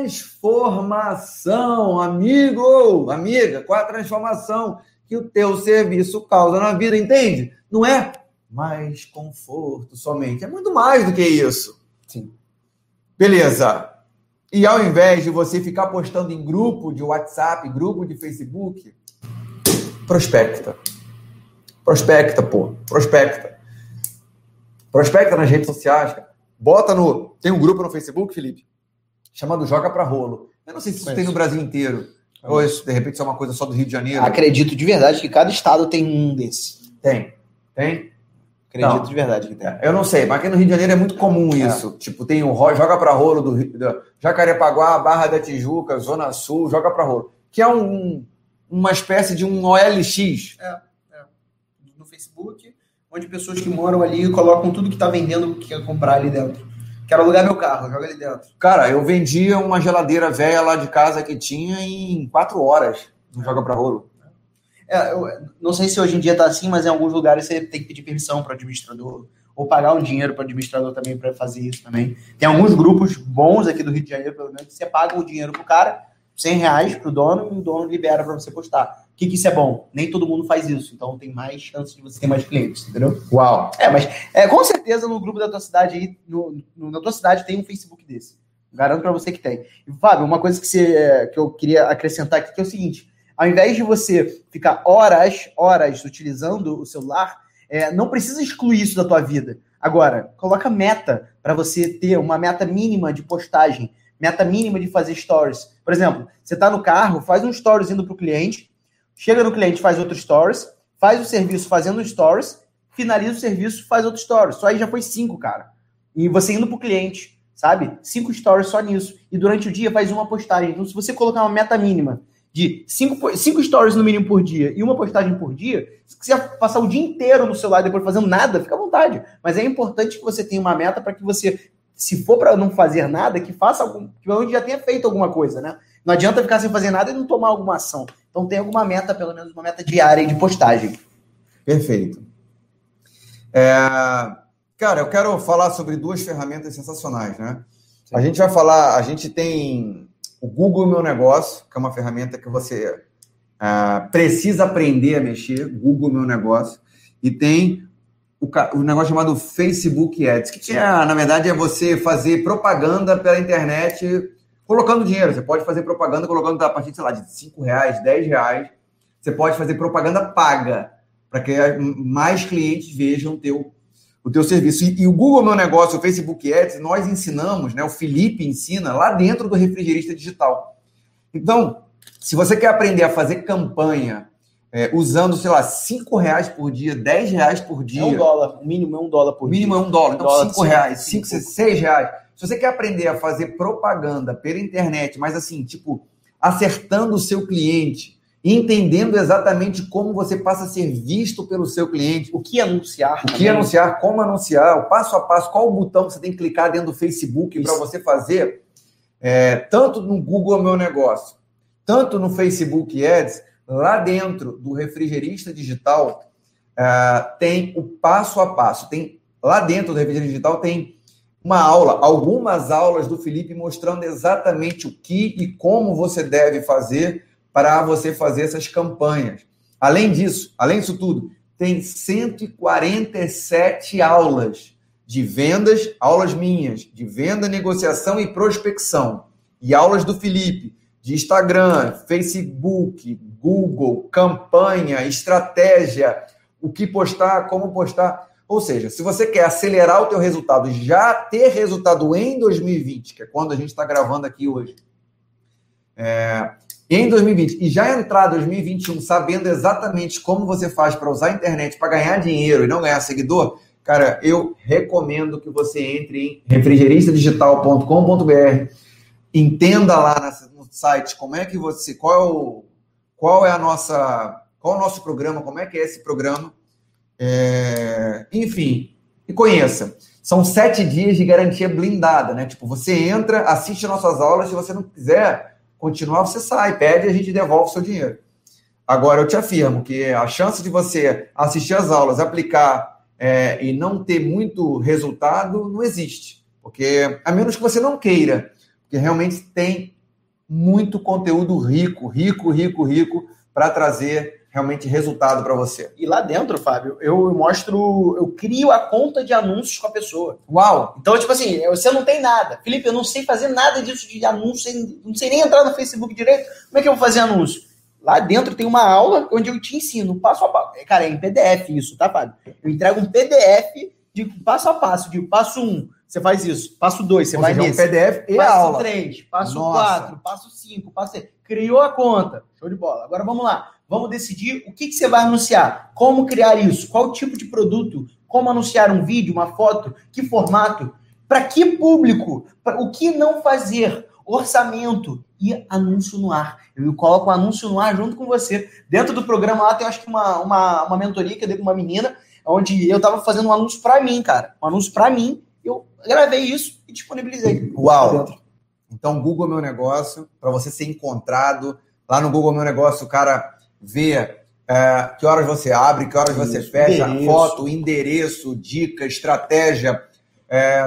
transformação, amigo, amiga, qual a transformação que o teu serviço causa na vida, entende? Não é mais conforto somente, é muito mais do que isso. Sim. Beleza. E ao invés de você ficar postando em grupo de WhatsApp, grupo de Facebook, prospecta. Prospecta, pô. Prospecta. Prospecta nas redes sociais, cara. Bota no... Tem um grupo no Facebook, Felipe, chamado Joga Pra Rolo. Eu não sei se isso tem no Brasil inteiro. Ou isso, de repente, isso é uma coisa só do Rio de Janeiro. Acredito de verdade que cada estado tem um desse. Tem. Tem? Acredito não. de verdade que tem. Eu não sei, mas aqui no Rio de Janeiro é muito comum isso. É. Tipo, tem o Joga Pra Rolo do, do Jacarepaguá, Barra da Tijuca, Zona Sul, Joga Pra Rolo. Que é um, uma espécie de um O L X. É, é. No Facebook, onde pessoas que moram ali colocam tudo que tá vendendo, que quer comprar ali dentro. Quero alugar meu carro, joga ali dentro. Cara, eu vendia uma geladeira velha lá de casa que tinha em quatro horas. Não Joga Pra Rolo. É, eu não sei se hoje em dia tá assim, mas em alguns lugares você tem que pedir permissão para o administrador ou pagar um dinheiro para o administrador também para fazer isso também. Tem alguns grupos bons aqui do Rio de Janeiro, pelo menos, que você paga o dinheiro pro cara, cem reais pro dono, e o dono libera para você postar. O que que isso é bom? Nem todo mundo faz isso, então tem mais chance de você ter mais clientes, entendeu? Uau! É, mas é, com certeza no grupo da tua cidade aí, no, no, na tua cidade tem um Facebook desse. Garanto para você que tem. E, Fábio, uma coisa que, você, que eu queria acrescentar aqui, que é o seguinte: ao invés de você ficar horas, horas utilizando o celular, é, não precisa excluir isso da tua vida. Agora, coloca meta para você ter uma meta mínima de postagem, meta mínima de fazer stories. Por exemplo, você está no carro, faz um stories indo para o cliente, chega no cliente, faz outro stories, faz o serviço fazendo stories, finaliza o serviço, faz outro stories. Só aí já foi cinco, cara. E você indo para o cliente, sabe? Cinco stories só nisso. E durante o dia faz uma postagem. Então, se você colocar uma meta mínima de cinco, cinco stories no mínimo por dia e uma postagem por dia, se você passar o dia inteiro no celular depois fazendo nada, fica à vontade. Mas é importante que você tenha uma meta para que você, se for para não fazer nada, que faça algum, que realmente já tenha feito alguma coisa, né? Não adianta ficar sem fazer nada e não tomar alguma ação. Então tem alguma meta, pelo menos uma meta diária de postagem. Perfeito. É, cara, eu quero falar sobre duas ferramentas sensacionais, né? Sim. A gente vai falar, a gente tem o Google Meu Negócio, que é uma ferramenta que você uh, precisa aprender a mexer, Google Meu Negócio, e tem o, o negócio chamado Facebook Ads, que é, na verdade é você fazer propaganda pela internet colocando dinheiro. Você pode fazer propaganda colocando a partir, sei lá, de cinco reais, dez reais. Você pode fazer propaganda paga, para que mais clientes vejam teu, o teu serviço. E, e o Google Meu Negócio, o Facebook Ads, nós ensinamos, né? O Felipe ensina lá dentro do Refrigerista Digital. Então, se você quer aprender a fazer campanha é, usando, sei lá, cinco reais por dia, dez reais por dia... É um dólar. O mínimo é um dólar por dia. O mínimo é um dólar. Então, dólar, cinco reais, cinco, seis reais. Se você quer aprender a fazer propaganda pela internet, mas assim, tipo, acertando o seu cliente, entendendo exatamente como você passa a ser visto pelo seu cliente, o que anunciar, o que anunciar, como anunciar, o passo a passo, qual o botão que você tem que clicar dentro do Facebook para você fazer, é, tanto no Google Meu Negócio, tanto no Facebook Ads, lá dentro do Refrigerista Digital, é, tem o passo a passo. Tem, lá dentro do Refrigerista Digital tem uma aula, algumas aulas do Felipe mostrando exatamente o que e como você deve fazer para você fazer essas campanhas. Além disso, além disso tudo, tem cento e quarenta e sete aulas de vendas, aulas minhas, de venda, negociação e prospecção. E aulas do Felipe, de Instagram, Facebook, Google, campanha, estratégia, o que postar, como postar. Ou seja, se você quer acelerar o teu resultado e já ter resultado em dois mil e vinte, que é quando a gente está gravando aqui hoje, é, em dois mil e vinte, e já entrar dois mil e vinte e um sabendo exatamente como você faz para usar a internet para ganhar dinheiro e não ganhar seguidor, cara, eu recomendo que você entre em refrigerista digital ponto com ponto b r, entenda lá no site como é que você, qual é, o, qual é a nossa, qual é o nosso programa, como é que é esse programa, é, enfim, e conheça. São sete dias de garantia blindada, né? Tipo, você entra, assiste nossas aulas, se você não quiser continuar, você sai, pede e a gente devolve o seu dinheiro. Agora, eu te afirmo que a chance de você assistir as aulas, aplicar é, e não ter muito resultado, não existe. Porque, a menos que você não queira, porque realmente tem muito conteúdo rico, rico, rico, rico, para trazer realmente resultado para você. E lá dentro, Fábio, eu mostro, eu crio a conta de anúncios com a pessoa. Uau! Então, tipo assim, você não tem nada. Felipe, eu não sei fazer nada disso de anúncio, não sei nem entrar no Facebook direito. Como é que eu vou fazer anúncio? Lá dentro tem uma aula onde eu te ensino passo a passo. Cara, é em P D F isso, tá, Fábio? Eu entrego um P D F de passo a passo, de passo um, você faz isso. Passo dois, você Ou vai seja, nesse. um P D F e passo aula. três, passo Nossa. quatro, passo cinco, passo seis. Criou a conta. Show de bola. Agora vamos lá. Vamos decidir o que, que você vai anunciar. Como criar isso? Qual tipo de produto? Como anunciar um vídeo, uma foto? Que formato? Para que público? Pra, o que não fazer? Orçamento e anúncio no ar. Eu coloco o anúncio no ar junto com você. Dentro do programa lá tem, acho que, uma, uma, uma mentoria que eu dei com uma menina, onde eu tava fazendo um anúncio para mim, cara. Um anúncio para mim. Eu gravei isso e disponibilizei. Uau! Então, Google Meu Negócio, para você ser encontrado. Lá no Google Meu Negócio, o cara vê é, que horas você abre, que horas você Isso, fecha, endereço. foto, endereço, dica, estratégia, é,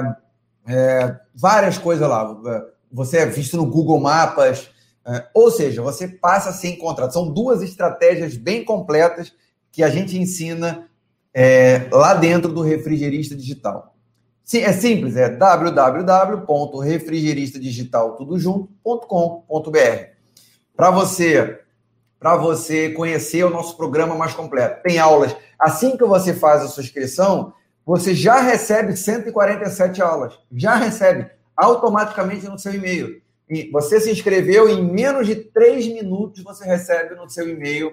é, várias coisas lá. Você é visto no Google Mapas. É, ou seja, você passa a ser encontrado. São duas estratégias bem completas que a gente ensina é, lá dentro do Refrigerista Digital. Sim, é simples, é w w w ponto refrigerista digital tudo junto ponto com ponto b r. Para você, para você conhecer o nosso programa mais completo. Tem aulas. Assim que você faz a sua inscrição, você já recebe cento e quarenta e sete aulas. Já recebe automaticamente no seu e-mail. E você se inscreveu, em menos de três minutos você recebe no seu e-mail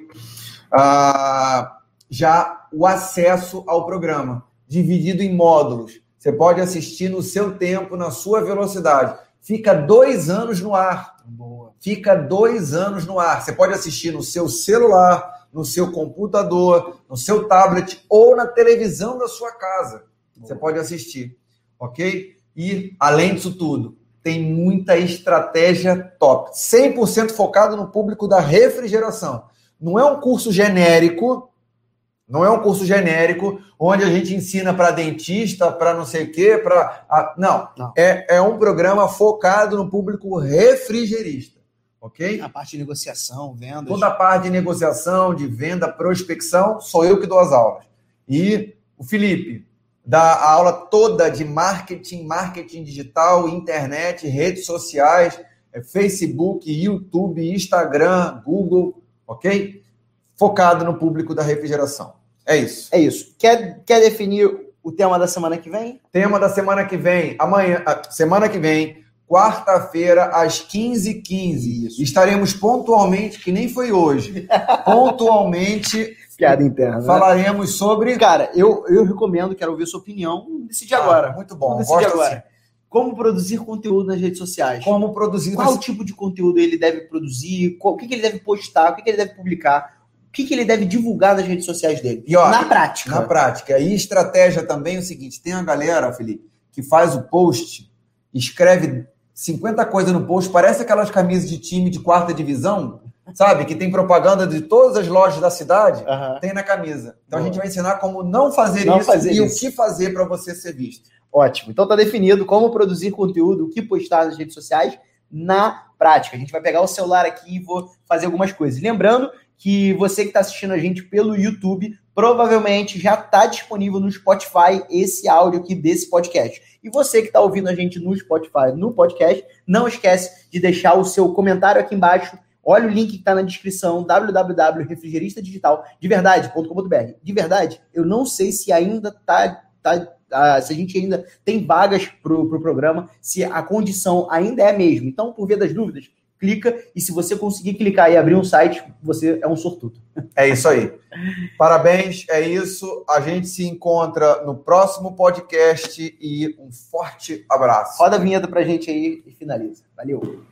ah, já o acesso ao programa, dividido em módulos. Você pode assistir no seu tempo, na sua velocidade. Fica dois anos no ar. Boa. Fica dois anos no ar. Você pode assistir no seu celular, no seu computador, no seu tablet ou na televisão da sua casa. Boa. Você pode assistir, ok? E, além disso tudo, tem muita estratégia top. cem por cento focado no público da refrigeração. Não é um curso genérico, não é um curso genérico onde a gente ensina para dentista, para não sei o quê, para... Não, não. É, é um programa focado no público refrigerista, ok? A parte de negociação, vendas... Toda a parte de negociação, de venda, prospecção, sou eu que dou as aulas. E o Felipe dá a aula toda de marketing, marketing digital, internet, redes sociais, Facebook, YouTube, Instagram, Google, ok? Focado no público da refrigeração. É isso. É isso. Quer, quer definir o tema da semana que vem? Tema da semana que vem, amanhã, semana que vem, quarta-feira, às quinze e quinze. Isso. Estaremos pontualmente, que nem foi hoje, pontualmente... Piada interna. Falaremos né? sobre... Cara, eu, eu recomendo, quero ouvir sua opinião. Decide ah, agora. Muito bom. Decide agora. Assim. Como produzir conteúdo nas redes sociais? Como produzir... Qual tipo de conteúdo ele deve produzir? Qual, o que, que ele deve postar? O que, que ele deve publicar? O que, que ele deve divulgar nas redes sociais dele? E, ó, na prática. Na prática. E estratégia também é o seguinte, tem a galera, Felipe, que faz o post, escreve cinquenta coisas no post, parece aquelas camisas de time de quarta divisão, sabe? Que tem propaganda de todas as lojas da cidade, uhum. Tem na camisa. Então Boa. A gente vai ensinar como não fazer não isso fazer e isso. O que fazer para você ser visto. Ótimo. Então tá definido como produzir conteúdo, o que postar nas redes sociais na prática. A gente vai pegar o celular aqui e vou fazer algumas coisas. Lembrando que você que está assistindo a gente pelo YouTube, provavelmente já está disponível no Spotify esse áudio aqui desse podcast. E você que está ouvindo a gente no Spotify, no podcast, não esquece de deixar o seu comentário aqui embaixo. Olha o link que está na descrição, w w w ponto refrigerista digital de verdade ponto com ponto b r. De verdade, eu não sei se ainda está... Tá, tá, se a gente ainda tem vagas para o pro programa, se a condição ainda é a mesma. Então, por via das dúvidas, clica, e se você conseguir clicar e abrir um site, você é um sortudo. É isso aí. Parabéns, é isso. A gente se encontra no próximo podcast e um forte abraço. Roda a vinheta pra gente aí e finaliza. Valeu.